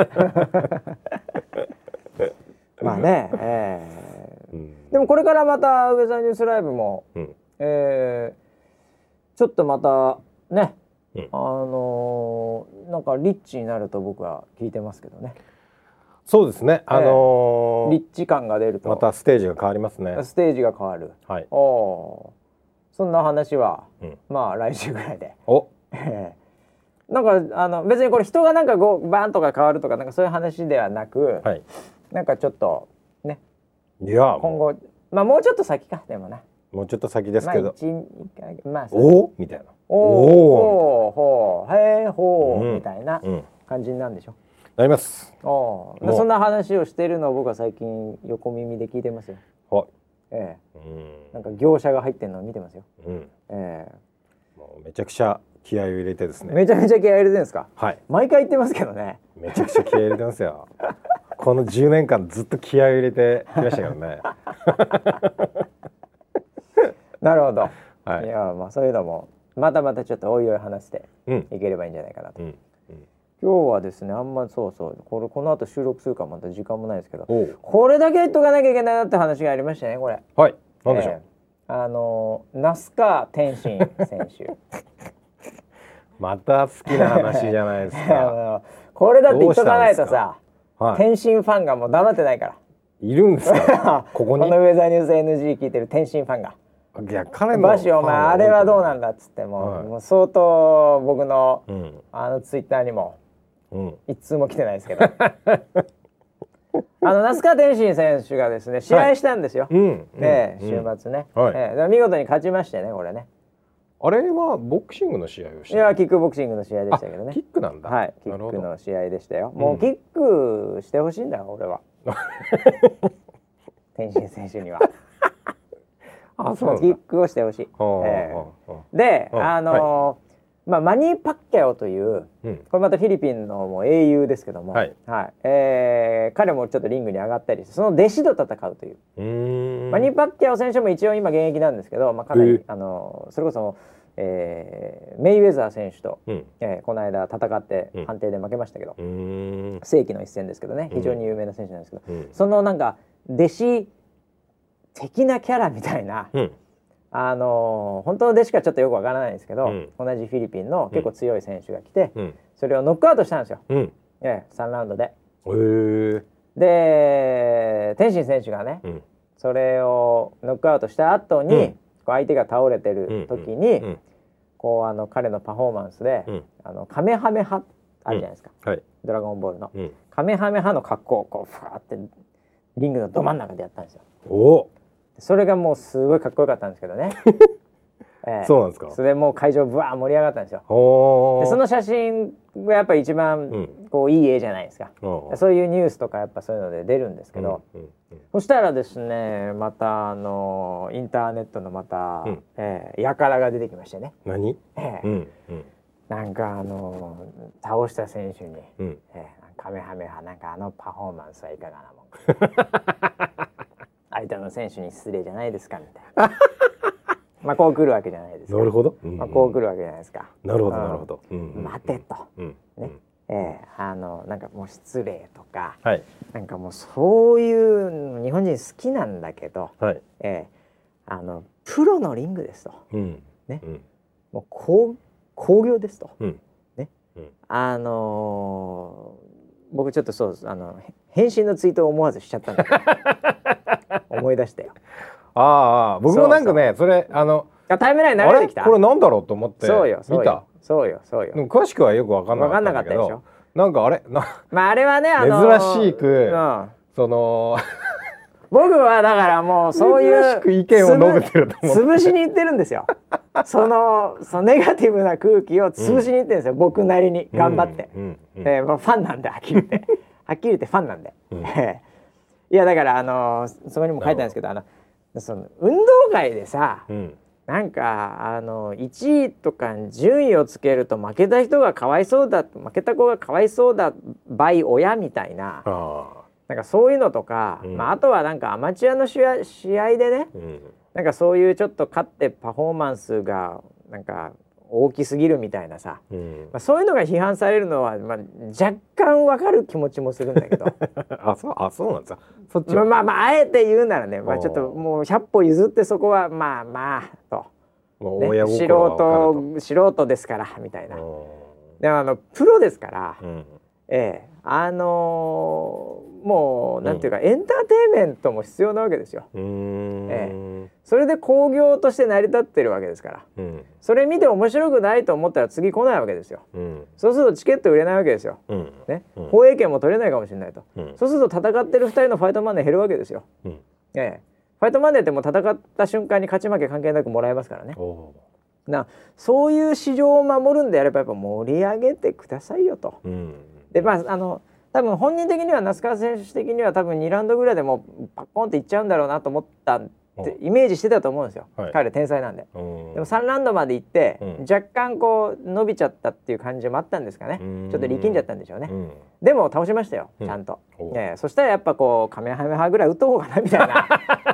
まあね、えーうん、でもこれからまたウェザーニュースライブも、うんえー、ちょっとまたね、うん、あのー、なんかリッチになると僕は聞いてますけどね。 そうですね、あのー、 リッチ感が出るとまたステージが変わりますね。 ステージが変わる、はい、おそんな話は、うん、まあ来週ぐらいでおなんかあの別にこれ人がなんかこうバーンとか変わるとかなんかそういう話ではなく、はい、なんかちょっとねいや今後まあもうちょっと先かでもなもうちょっと先ですけど、 まあ、 おみたいなおおほうへえほう、うん、みたいな感じになるんでしょ。 なります。 おそんな話をしているのを僕は最近横耳で聞いてますよ。はい。ええ、うん、なんか業者が入ってるのを見てますよ。うん、ええ、もうめちゃくちゃ気合を入れてですね。 めちゃめちゃ気合を入れてるんですか。 はい。 毎回言ってますけどね。 めちゃくちゃ気合を入れてますよ。このじゅうねんかんずっと気合を入れてきましたけどね。 なるほど。はい。いやまあそういうのもまたまたちょっとおいおい話していければいいんじゃないかなと。うん今日はですねあんまそうそうこれこの後収録するからまた時間もないですけどこれだけ言っとかなきゃいけないなって話がありましたねこれ。 はい何でしょう、 えー、あの那須川天心選手また好きな話じゃないですかこれだって言っとかないとさ、はい、天心ファンがもう黙ってないからいるんですかここにこのウェザーニュース エヌジー 聞いてる天心ファンがいや彼のバシお前あれはどうなんだっつっても、はい、もう相当僕の、うん、あのツイッターにもうん、一通も来てないですけどあの那須川天心選手がですね試合したんですよ、はいうんねうん、週末ね、うんはいえー、見事に勝ちましてねこれね。 あれはボクシングの試合をしたいやキックボクシングの試合でしたけどね。 キックなんだ。 はいキックの試合でしたよ。もうキックしてほしいんだよ俺は天心選手にはあそうキックをしてほしい、えー、であのーはいまあ、マニー・パッキャオという、 うん、 これまたフィリピンのもう英雄ですけども、はいはい、えー、彼もちょっとリングに上がったりしてその弟子と戦うという、うーんマニー・パッキャオ選手も一応今現役なんですけど、まあ、かなりあのそれこそ、えー、メイウェザー選手と、うんえー、この間戦って判定で負けましたけど、うん、世紀の一戦ですけどね非常に有名な選手なんですけど、うん、そのなんか弟子的なキャラみたいな、うんあのー、本当の弟子かちょっとよくわからないんですけど、うん、同じフィリピンの結構強い選手が来て、うん、それをノックアウトしたんですよ、うんええ、さんラウンドで。へーで天心選手がね、うん、それをノックアウトした後に、うん、こう相手が倒れてる時に、うんうん、こうあの彼のパフォーマンスで、うん、あのカメハメハあるじゃないですか、うんはい、ドラゴンボールの、うん、カメハメハの格好をこうふわってリングのど真ん中でやったんですよ。おそれがもうすごいかっこよかったんですけどね、えー、 そうなんですか。 それもう会場ブワー盛り上がったんですよ。でその写真がやっぱり一番こういい絵じゃないですか、うん、そういうニュースとかやっぱそういうので出るんですけど、うんうんうん、そしたらですねまたあのインターネットのまた、うんえー、やからが出てきましてね。 何、 えーうんうん、なんかあの倒した選手に、うんえー、カメハメハなんかあのパフォーマンスはいかがなもんか相手の選手に失礼じゃないですかみたいなまあこう来るわけじゃないですか。 なるほど、 うんうんまあ、こう来るわけじゃないですか。 なるほどなるほど、うんうん、待てと、うんねえー、あのなんかもう失礼とか、はい、なんかもうそういう日本人好きなんだけど、はいえー、あのプロのリングですと、うんねうん、もう工工業ですと、うんねうん、あのー、僕ちょっとそうあの返信のツイートを思わずしちゃったんだ思い出したよ。 ああ僕もなんかね そ, それあのタイムライン流れてきた。 これなんだろうと思ってそうよ見た。 そうよそうよ。 詳しくはよく分かんなかったんだけど。分かんなかったでしょ。なんかあれなまああれはねあのー、 珍しく、うん、その僕はだからもうそういう珍しく意見を述べてると思って潰しにいってるんですよそのそのネガティブな空気を潰しにいってるんですよ、うん、僕なりに頑張って、うんうんうんえーまあ、ファンなんではっきり言ってはっきり言ってファンなんで、うん、いやだからあのー、そこにも書いてあるんですけどあのその運動会でさ、うん、なんかあのいちいとか順位をつけると負けた人がかわいそうだ負けた子がかわいそうだ倍親みたいななんかそういうのとか、うんまあ、あとはなんかアマチュアの試合、試合でね、うん、なんかそういうちょっと勝ってパフォーマンスがなんか大きすぎるみたいなさ、うんまあ、そういうのが批判されるのは、まあ、若干わかる気持ちもするんだけどあ, そうあそうなんですか。そっちまあまあまああえて言うならね、まあ、ちょっともうひゃっぽ譲ってそこはまあまあと、ね、素人素人ですからみたいな。でもあのプロですから、うん、ええあのーもうなんていうか、うん、エンターテインメントも必要なわけですよ。うーん、ええ、それで興行として成り立ってるわけですから、うん、それ見て面白くないと思ったら次来ないわけですよ、うん、そうするとチケット売れないわけですよ、うんねうん、放映権も取れないかもしれないと、うん、そうすると戦ってるふたりのファイトマネー減るわけですよ、うんええ、ファイトマネーってもう戦った瞬間に勝ち負け関係なくもらえますからね。なそういう市場を守るんであればやっぱ盛り上げてくださいよと、うん、でまああの多分本人的には那須川選手的には多分にラウンドぐらいでもうパッコンっていっちゃうんだろうなと思ったってイメージしてたと思うんですよ、はい、彼天才なんで。でもさんラウンドまで行って、うん、若干こう伸びちゃったっていう感じもあったんですかね。ちょっと力んじゃったんでしょうね。うでも倒しましたよちゃんと、うんね、そしたらやっぱこうカメハメハぐらい打っとこうかなみたいな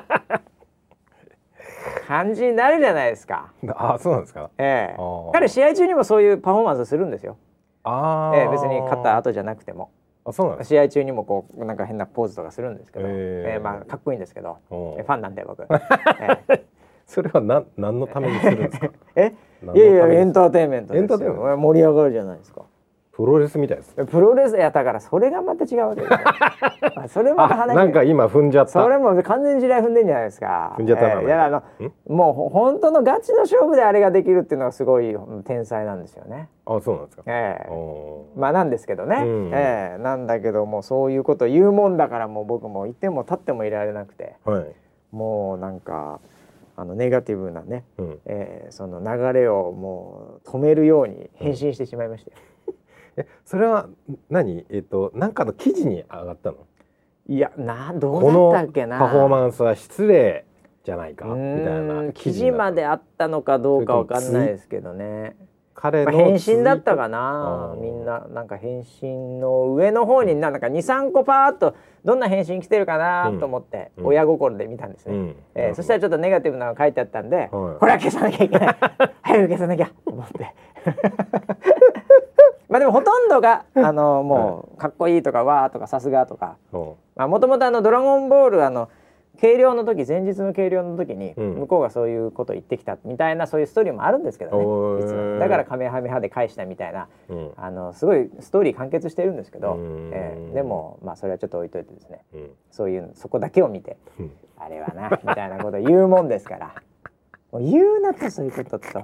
感じになるじゃないですか。 あ、そうなんですか。 ええ、彼試合中にもそういうパフォーマンスするんですよ。あ、ええ、別に勝った後じゃなくても。あ、そうなんですか。試合中にもこうなんか変なポーズとかするんですけど、えーえー、まあかっこいいんですけど、ファンなんで僕、えー、 それは何何のためにするんですか。 え、いやいやエンターテインメントですよ。エンターテインメント盛り上がるじゃないですか。 プロレスみたいです。 プロレスやだからそれがまた違うわけですよ。それも話なんか今踏んじゃった。 それも完全に地雷踏んでんじゃないですか。 踏んじゃったな、えー、いやあのもう本当のガチの勝負であれができるっていうのがすごい天才なんですよね。 あ、そうなんですか。 えー、まあなんですけどね、うん、えー、なんだけどもそういうこと言うもんだからもう僕もいても立ってもいられなくて、はい、もうなんかあのネガティブなね、うん、えー、その流れをもう止めるように返信してしまいましたよ。うんえ、それは何、えっと、なんかの記事に上がったの？ いや、な、どうだったっけな。 このパフォーマンスは失礼じゃないかみたいな記事まであったのかどうかわかんないですけどね。 彼の、 まあ、変身だったかな。みんななんか変身の上の方になんか にさんこパーッとどんな変身来てるかなと思って、うん、親心で見たんですね、うんえー、そしたらちょっとネガティブなのが書いてあったんで、はい、これは消さなきゃいけない早く消さなきゃと思ってまあでもほとんどがあのもうかっこいいとかわーとかさすがとかもともとドラゴンボールあの計量の時前日の計量の時に向こうがそういうことを言ってきたみたいなそういうストーリーもあるんですけどね、実はだからカメハメハで返したみたいな、うん、あのすごいストーリー完結してるんですけど、えー、でもまあそれはちょっと置いといてですね、うん、そういうそこだけを見て、うん、あれはなみたいなことを言うもんですからもう言うなとそういうことと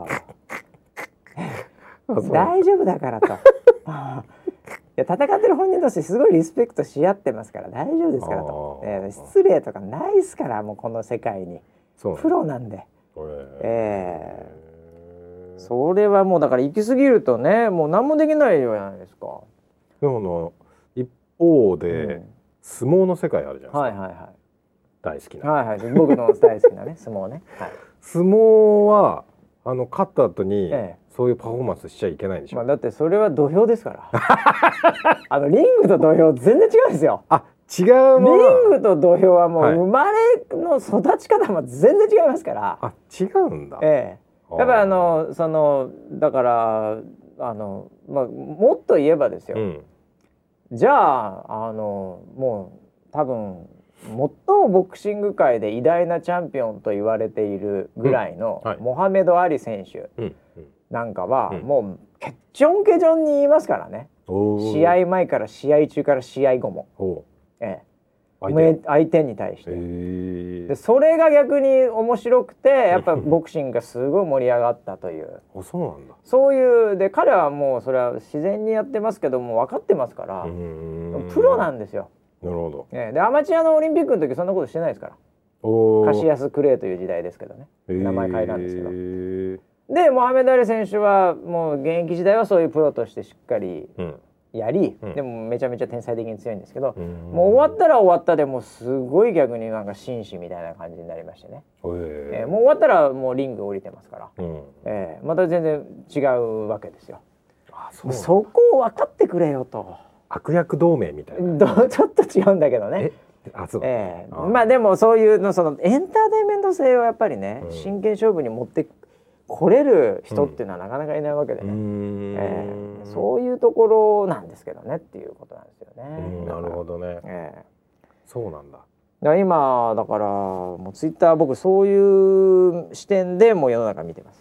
大丈夫だからといや戦ってる本人としてすごいリスペクトし合ってますから大丈夫ですからと、えー、失礼とかないっすからもうこの世界にプロなんで、えー、それはもうだから行き過ぎるとねもう何もできないじゃないですか。 でもの一方で、うん、相撲の世界あるじゃないですか、 はいはいはい、 大好きな、 はいはい、僕の大好きなね相撲ね、はい、 相撲はあの勝った後に、ええそういうパフォーマンスしちゃいけないんでしょ、 まあ、だってそれは土俵ですからあのリングと土俵全然違うんですよ。 あ違うものリングと土俵はもう生まれの育ち方も全然違いますから、 はい、あ違うんだ、 ええ、やっぱあのそのだからあの、まあ、もっと言えばですよ、うん、じゃああのもう多分最もボクシング界で偉大なチャンピオンと言われているぐらいの、うんはい、モハメド・アリ選手、うんうんなんかは、うん、もうケッチョンケチョンに言いますからね。試合前から試合中から試合後も、ええ、相手、相手に対して、でそれが逆に面白くてやっぱボクシングがすごい盛り上がったというそうなんだ。 そういうで彼はもうそれは自然にやってますけども分かってますからプロなんですよ。 なるほど、 ええ、でアマチュアのオリンピックの時そんなことしてないですからカシアス・クレーという時代ですけどね名前変えたんですけどでモハメド・アリ選手はもう現役時代はそういうプロとしてしっかりやり、うん、でもめちゃめちゃ天才的に強いんですけど、うん、もう終わったら終わったでもうすごい逆になんか紳士みたいな感じになりましてね、えー、もう終わったらもうリング降りてますから、うんえー、また全然違うわけですよ。あ そ, そこを分かってくれよと。 悪役同盟みたいなちょっと違うんだけどね。 あそうえー、あまあでもそういうのそのエンターテインメント性をやっぱりね、うん、真剣勝負に持って来れる人っていうのはなかなかいないわけでね、うんえー、そういうところなんですけどねっていうことなんですよね。 なるほどね、えー、そうなんだ。 だから今だからもうツイッター僕そういう視点でもう世の中見てます、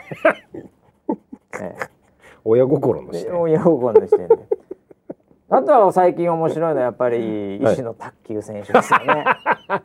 えー、親心の視点親心の視点であとは最近面白いのはやっぱり石野卓球選手ですよね、 はい、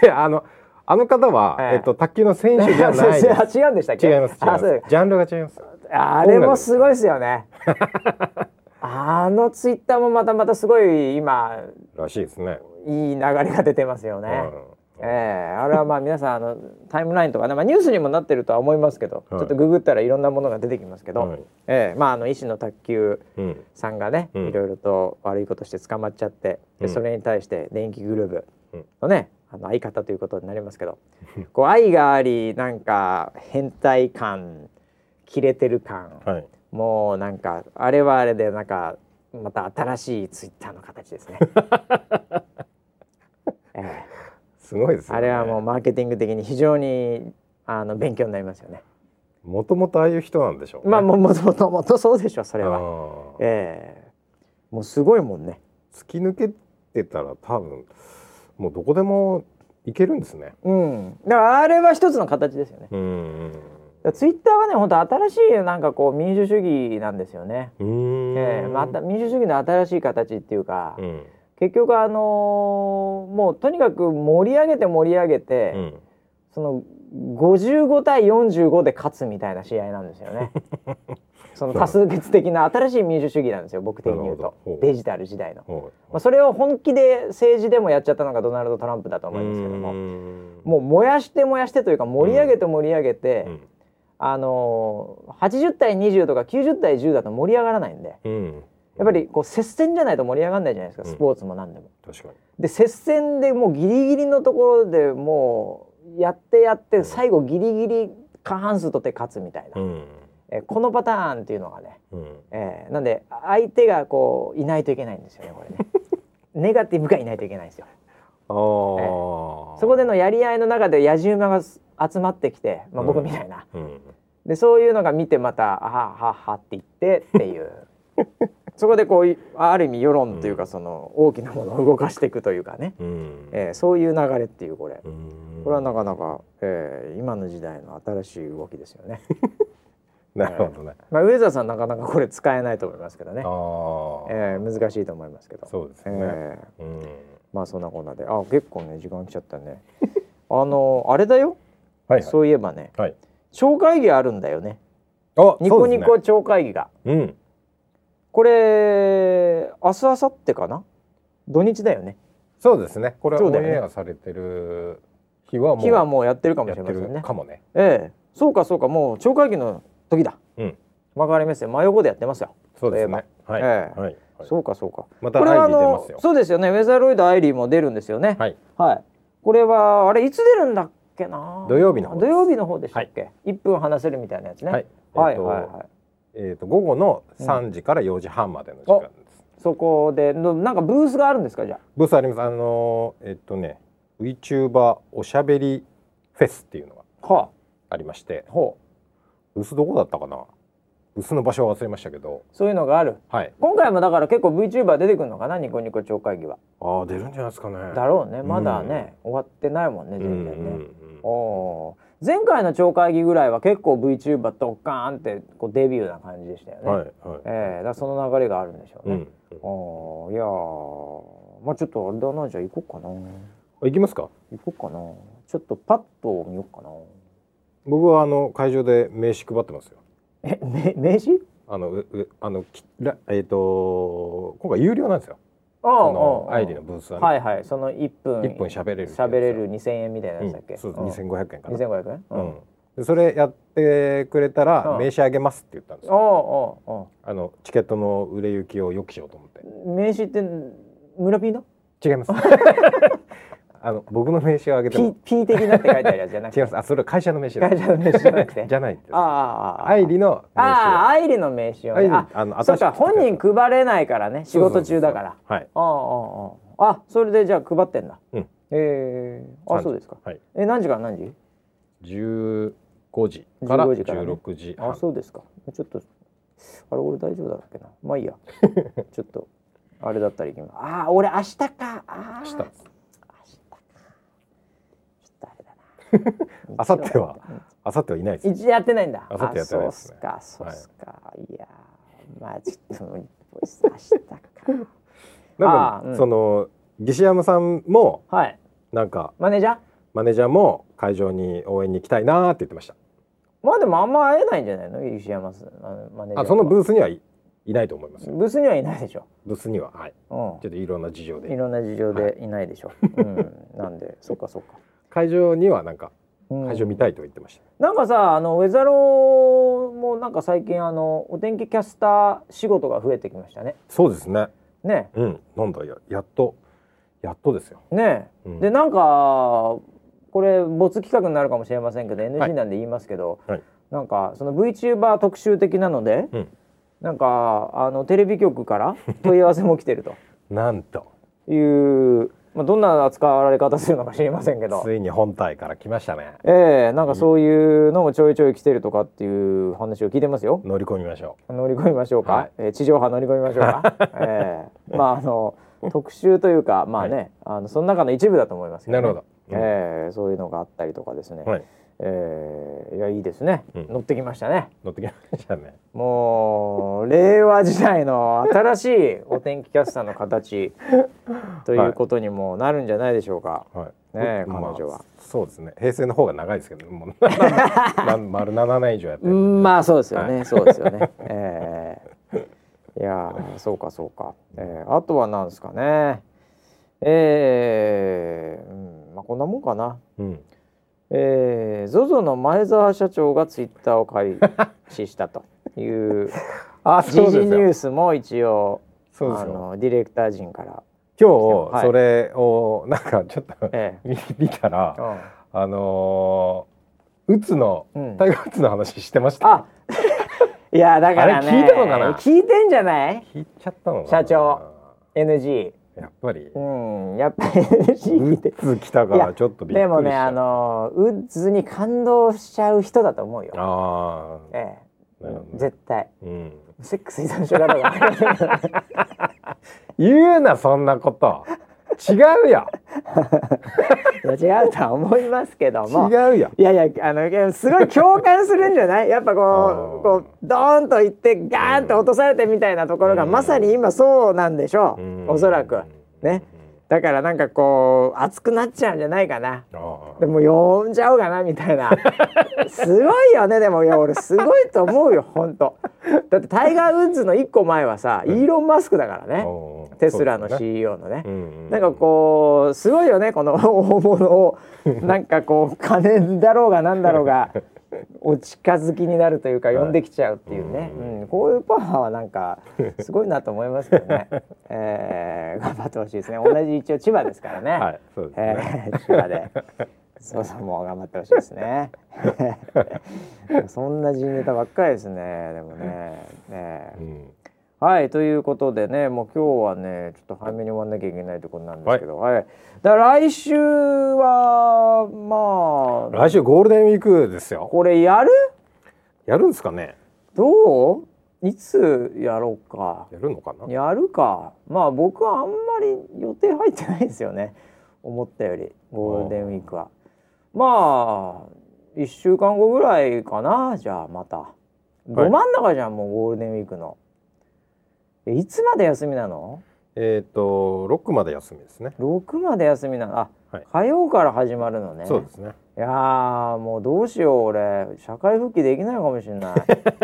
あのあの方は、えーえっと、卓球の選手じゃないです。 違うんでしたっけ？ 違います。違います。ジャンルが違います。 あれもすごいですよね。あのツイッターもまたまたすごい今らしいですね。 いい流れが出てますよね。うん、えー、あれはまあ皆さんあのタイムラインとかね、まあ、ニュースにもなってるとは思いますけど、はい、ちょっとググったらいろんなものが出てきますけど、はい、えー、まああの石野卓球さんがね、うん、いろいろと悪いことして捕まっちゃって、うん、でそれに対して電気グループのね、あの相方ということになりますけどこう愛がありなんか変態感切れてる感、はい、もうなんかあれはあれでなんかまた新しいツイッターの形ですね、えー、 すごいですね。 あれはもうマーケティング的に非常にあの勉強になりますよね。 もともとああいう人なんでしょうね。 まあもともともとそうでしょそれは、えー、もうすごいもんね。 突き抜けてたら多分もうどこでもいけるんですね。 うん。だからあれは一つの形ですよね。うん。ツイッターはね、本当新しいなんかこう民主主義なんですよね。うん。えー、また民主主義の新しい形っていうか、うん、結局あのー、もうとにかく盛り上げて盛り上げて、うん、そのごじゅうごたいよんじゅうごで勝つみたいな試合なんですよね。その多数決的な新しい民主主義なんですよ僕的に言うとデジタル時代の、まあ、それを本気で政治でもやっちゃったのがドナルド・トランプだと思いますけどももう燃やして燃やしてというか盛り上げて盛り上げて、うん、あのー、はちじゅうたいにじゅうとかきゅうじゅうたいじゅうだと盛り上がらないんで、うん、やっぱりこう接戦じゃないと盛り上がらないじゃないですかスポーツも何でも、うん、確かにで接戦でもうギリギリのところでもうやってやって最後ギリギリ過半数取って勝つみたいな、うんえー、このパターンっていうのがね、 うん、 えー、なんで相手がこういないといけないんですよねこれねネガティブがいないといけないんですよ。あ、えー、そこでのやり合いの中で野じ馬が集まってきて、まあ、僕みたいな、うんうん、でそういうのが見てまたあはははって言ってっていうそこでこうある意味世論というか、その大きなものを動かしていくというかね、うん、えー、そういう流れっていうこれ、うん、これはなかなか、えー、今の時代の新しい動きですよね。 なるほどね。 えーまあ、上澤さんなかなかこれ使えないと思いますけどね。あ、えー、難しいと思いますけど。 そうですね。 えーうん、まあそんなこんなで、あ、結構ね時間来ちゃったね。あのあれだよ。はい、はい、そういえばね、はい、超会議あるんだよね。あ、ニコニコ超会議が。うん。これ明日明後日かな。土日だよね。 そうですね。これはオンエアされてる日はもう、 日はもうやってるかもしれませんね。 かもね。 ええ、そうかそうか、もう超会議の時だ。うん。わかりますよ。真横でやってますよ。 そうですね。はい。 ええ、はい。そうかそうか。 またアイリー出ますよ。 そうですよね。ウェザーロイドアイリーも出るんですよね。はい。はい。これはあれいつ出るんだっけな。 土曜日の方。 土曜日の方でしたっけ。はい、いっぷん話せるみたいなやつね。はい。はいはいはい。 えっと午後のさんじからよじはんまでの時間です。 うん、そこでなんかブースがあるんですか、じゃあ。 ブースあります。あのえっとね、VTuber おしゃべりフェスっていうのがありまして。はあ、ブースどこだったかな。ブースの場所は忘れましたけど、 そういうのがある。はい。今回もだから結構 VTuber 出てくるのかな、ニコニコ超会議は。 ああ、出るんじゃないですかね。 だろうね。まだね、うん、終わってないもんね、全然ね。うんうんうん、お前回の超会議ぐらいは結構 VTuber ドッカーンってこうデビューな感じでしたよね。はいはい。えー、だからその流れがあるんでしょうね。うんうん、おいやー、まあちょっとあれだな、じゃあ行こうかな。 行きますか。 行こうかな。ちょっとパッと見ようかな。 僕はあの会場で名刺配ってますよ。 え、名刺？ あのうあのえっ、ー、と今回有料なんですよ。ああ、そのアイリのブースはね。 はいはい。そのいっぷんいっぷん喋れる喋れるにせんえんみたいなやつだっけ？うん、 そう、にせんごひゃくえんかな。 にせんごひゃくえん？うん。 でそれやってくれたら名刺あげますって言ったんですよ。ああ、あのチケットの売れ行きを良くしようと思って。 名刺って村 P の？ 違います。あの僕の名刺をあげても P, P 的なって書いてあるやつじゃなくて。 違います。あ、それは会社の名刺です。 会社の名刺じゃなくて。 じゃないです。 ああ、 アイリの名刺。 ああ、アイリの名刺をね。あ、あのそうか、本人配れないからね、仕事中だから。はい。ああ、ああ、あ、それでじゃあ配ってんだ。うん。ええ、あ、そうですか。はい。え、何時から何時？ じゅうごじからじゅうろくじはん。 あ、そうですか。ちょっとあれ俺大丈夫だっけな。まあいいや。ちょっとあれだったら行きます。ああ、俺明日か。ああ。 明日。あさっては、あさってはいないです。 一応やってないんだ。 あさってやってないですね。 そうっすか、そうっすか。はい、いや、まあちょっと明日か。 なんか、うん、その岸山さんも、はい、なんかマネージャー、 マネージャーも会場に応援に行きたいなーって言ってました。 まあでもあんま会えないんじゃないの、岸山さんマネージャー。 あ、そのブースにはいいないと思います。 ブースにはいないでしょ。 ブースには、はい。うん、ちょっといろんな事情で。 いろんな事情でいないでしょ。はい、うん、なんで、そうかそうか。 会場にはなんか会場見たいと言ってました。 うん、なんかさ、あのウェザローもなんか最近あのお天気キャスター仕事が増えてきましたね。 そうですね。 ね。 うん。なんだ や, やっとやっとですよ。 ね。うん、でなんかこれ没企画になるかもしれませんけど、はい、エヌジー なんで言いますけど、はい、なんかその VTuber 特集的なので、うん、なんかあのテレビ局から問い合わせも来てると。 なんという。まあ、どんな扱われ方するのか知りませんけど、 ついに本体から来ましたね。 ええ、なんかそういうのもちょいちょい来てるとかっていう話を聞いてますよ。 乗り込みましょう。乗り込みましょうか。はい、えー、地上波乗り込みましょうか。ええ、まああの特集というか、まあね、はい、あのその中の一部だと思いますけど、ね。 なるほど。 うん、ええ、そういうのがあったりとかですね。はい、えー、いやいいですね、うん、乗ってきましたね。 乗ってきましたね。 もう令和時代の新しいお天気キャスターの形ということにもなるんじゃないでしょうか。はい、ね、彼女は、まあ、 そうですね。平成の方が長いですけど、もう丸ななねん以上やってる。 まあそうですよね、はい、そうですよね。えー、いやそうかそうか、えー、あとはなんですかね、えーうん、まあこんなもんかな。うん、えー、ゾゾ の前澤社長がツイッターを開始したという時事ニュースも一応あのディレクター陣から今日それをなんかちょっと、ええ、見たら、うん、あのー、うつの、うん、タイガー・ウッズの話してました。 あいやだからね、 あれ聞いたのかな、 聞いてんじゃない？ 聞いちゃったのかな、 社長 エヌジー。 やっぱり、 うん、やっぱり エヌジー 聞いて、 ウッズ来たからちょっとびっくりした。 でもね、あのウッズに感動しちゃう人だと思うよ。 ああ、 ええ、 なるほどね、 絶対、 うん、 セックス依存症だとか言うなそんなこと。違うよ。 いや違うとは思いますけども。 違うよ。 いやいや、あのすごい共感するんじゃない？やっぱこうこうドーンといってガーンと落とされてみたいなところが、うん、まさに今そうなんでしょう、うん、おそらくね。だからなんかこう熱くなっちゃうんじゃないかな。でも呼んじゃおうかなみたいな。すごいよね。でもいや俺すごいと思うよ本当。だってタイガー・ウッズの一個前はさ、イーロン・マスクだからね、テスラの シーイーオー のね、なんかこうすごいよね、この大物をなんかこう金だろうがなんだろうがお近づきになるというか呼んできちゃうっていうね、うん、こういうパワーはなんかすごいなと思いますけどね、えー、頑張ってほしいですね。同じ一応千葉ですからね、はい、そうですね、えー、千葉でそうそう、もう頑張ってほしいですね。そんな人ネタばっかりですね。でもね、ね、うん、はい、ということでね、もう今日はねちょっと早めに終わんなきゃいけないところなんですけど、はい、はい、だから来週はまあ来週ゴールデンウィークですよ。 これやる？ やるんですかね。 どう？いつやろうか。 やるのかな。 やるか。まあ僕はあんまり予定入ってないですよね。思ったよりゴールデンウィークは。まあいっしゅうかんごぐらいかな。じゃあまたど真ん中じゃん、もうゴールデンウィークの。いつまで休みなの？ えっとろくまで休みですね。 ろくまで休みなの。あ、はい、火曜から始まるのね。 そうですね。 いやーもうどうしよう、俺社会復帰できないかもしれない。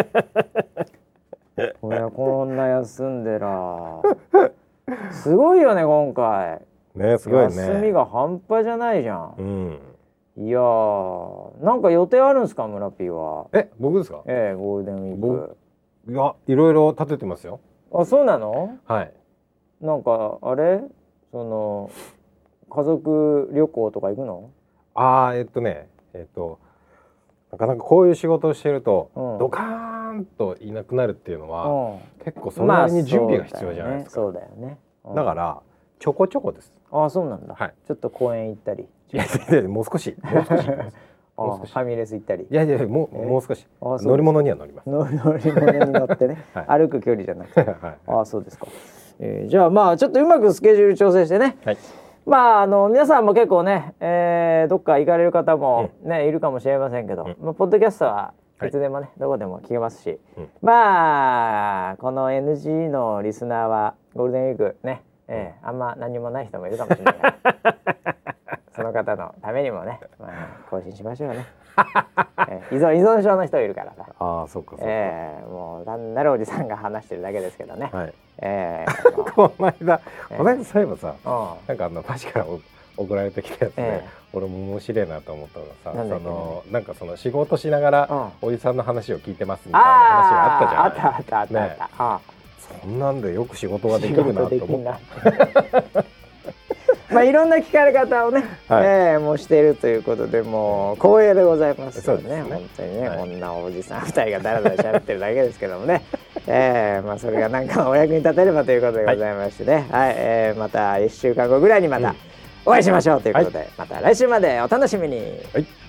俺はこんな休んでらすごいよね今回ね。すごいね。 休みが半端じゃないじゃん、うん、いやーなんか予定あるんですか、村 P は。 え、僕ですか？ ええ、ゴールデンウィーク。 いや、いろいろ立ててますよ。 あ、そうなの？ はい。 なんかあれ、その家族旅行とか行くの？ あー、えっとねえっとなかなかこういう仕事をしてると、うん、ドカーンといなくなるっていうのは、うん、結構それなりに準備が必要じゃないですか。 そうだよね。そうだよね、うん、 だからちょこちょこです。 ああ、そうなんだ、はい、ちょっと公園行ったり。 いやもう少しもう少しもう少しファミレス行ったり。 いやいやもう、えー、もう少し乗り物には乗ります。 乗り物に乗ってね、はい、歩く距離じゃなくて、はい、ああそうですか、えー、じゃあまあちょっとうまくスケジュール調整してね、はい、まああの皆さんも結構ね、えー、どっか行かれる方もね、うん、いるかもしれませんけど、うん、まあ、ポッドキャストはいつでもね、はい、どこでも聞けますし、うん、まあこの エヌジー のリスナーはゴールデンウィークね、えー、あんま何もない人もいるかもしれないからその方のためにもね、まあ、更新しましょうね。えー、依存依存症の人いるからさ。 ああ、そうかそうか。 えー、もう単なるおじさんが話してるだけですけどね。はい、えー、この間、この間そういえばさ、えー、なんかあの確か送られてきたやつで、えー、俺も面白いなと思ったのがさ、そのなんかその仕事しながらおじさんの話を聞いてますみたいな話があったじゃない。 あったあったあったあった。ああ、そんなんでよく仕事ができるなと思った。 まあいろんな聞かれ方をね、はい、えー、もうしているということで、もう光栄でございますよ ね, ね本当にね、はい、こんなおじさんふたりがだらだら喋ってるだけですけどもね、えー、まあそれがなんかお役に立てればということでございましてね、はいはい、えー、またいっしゅうかんごぐらいにまたお会いしましょうということで、うん、はい、また来週までお楽しみに。はい。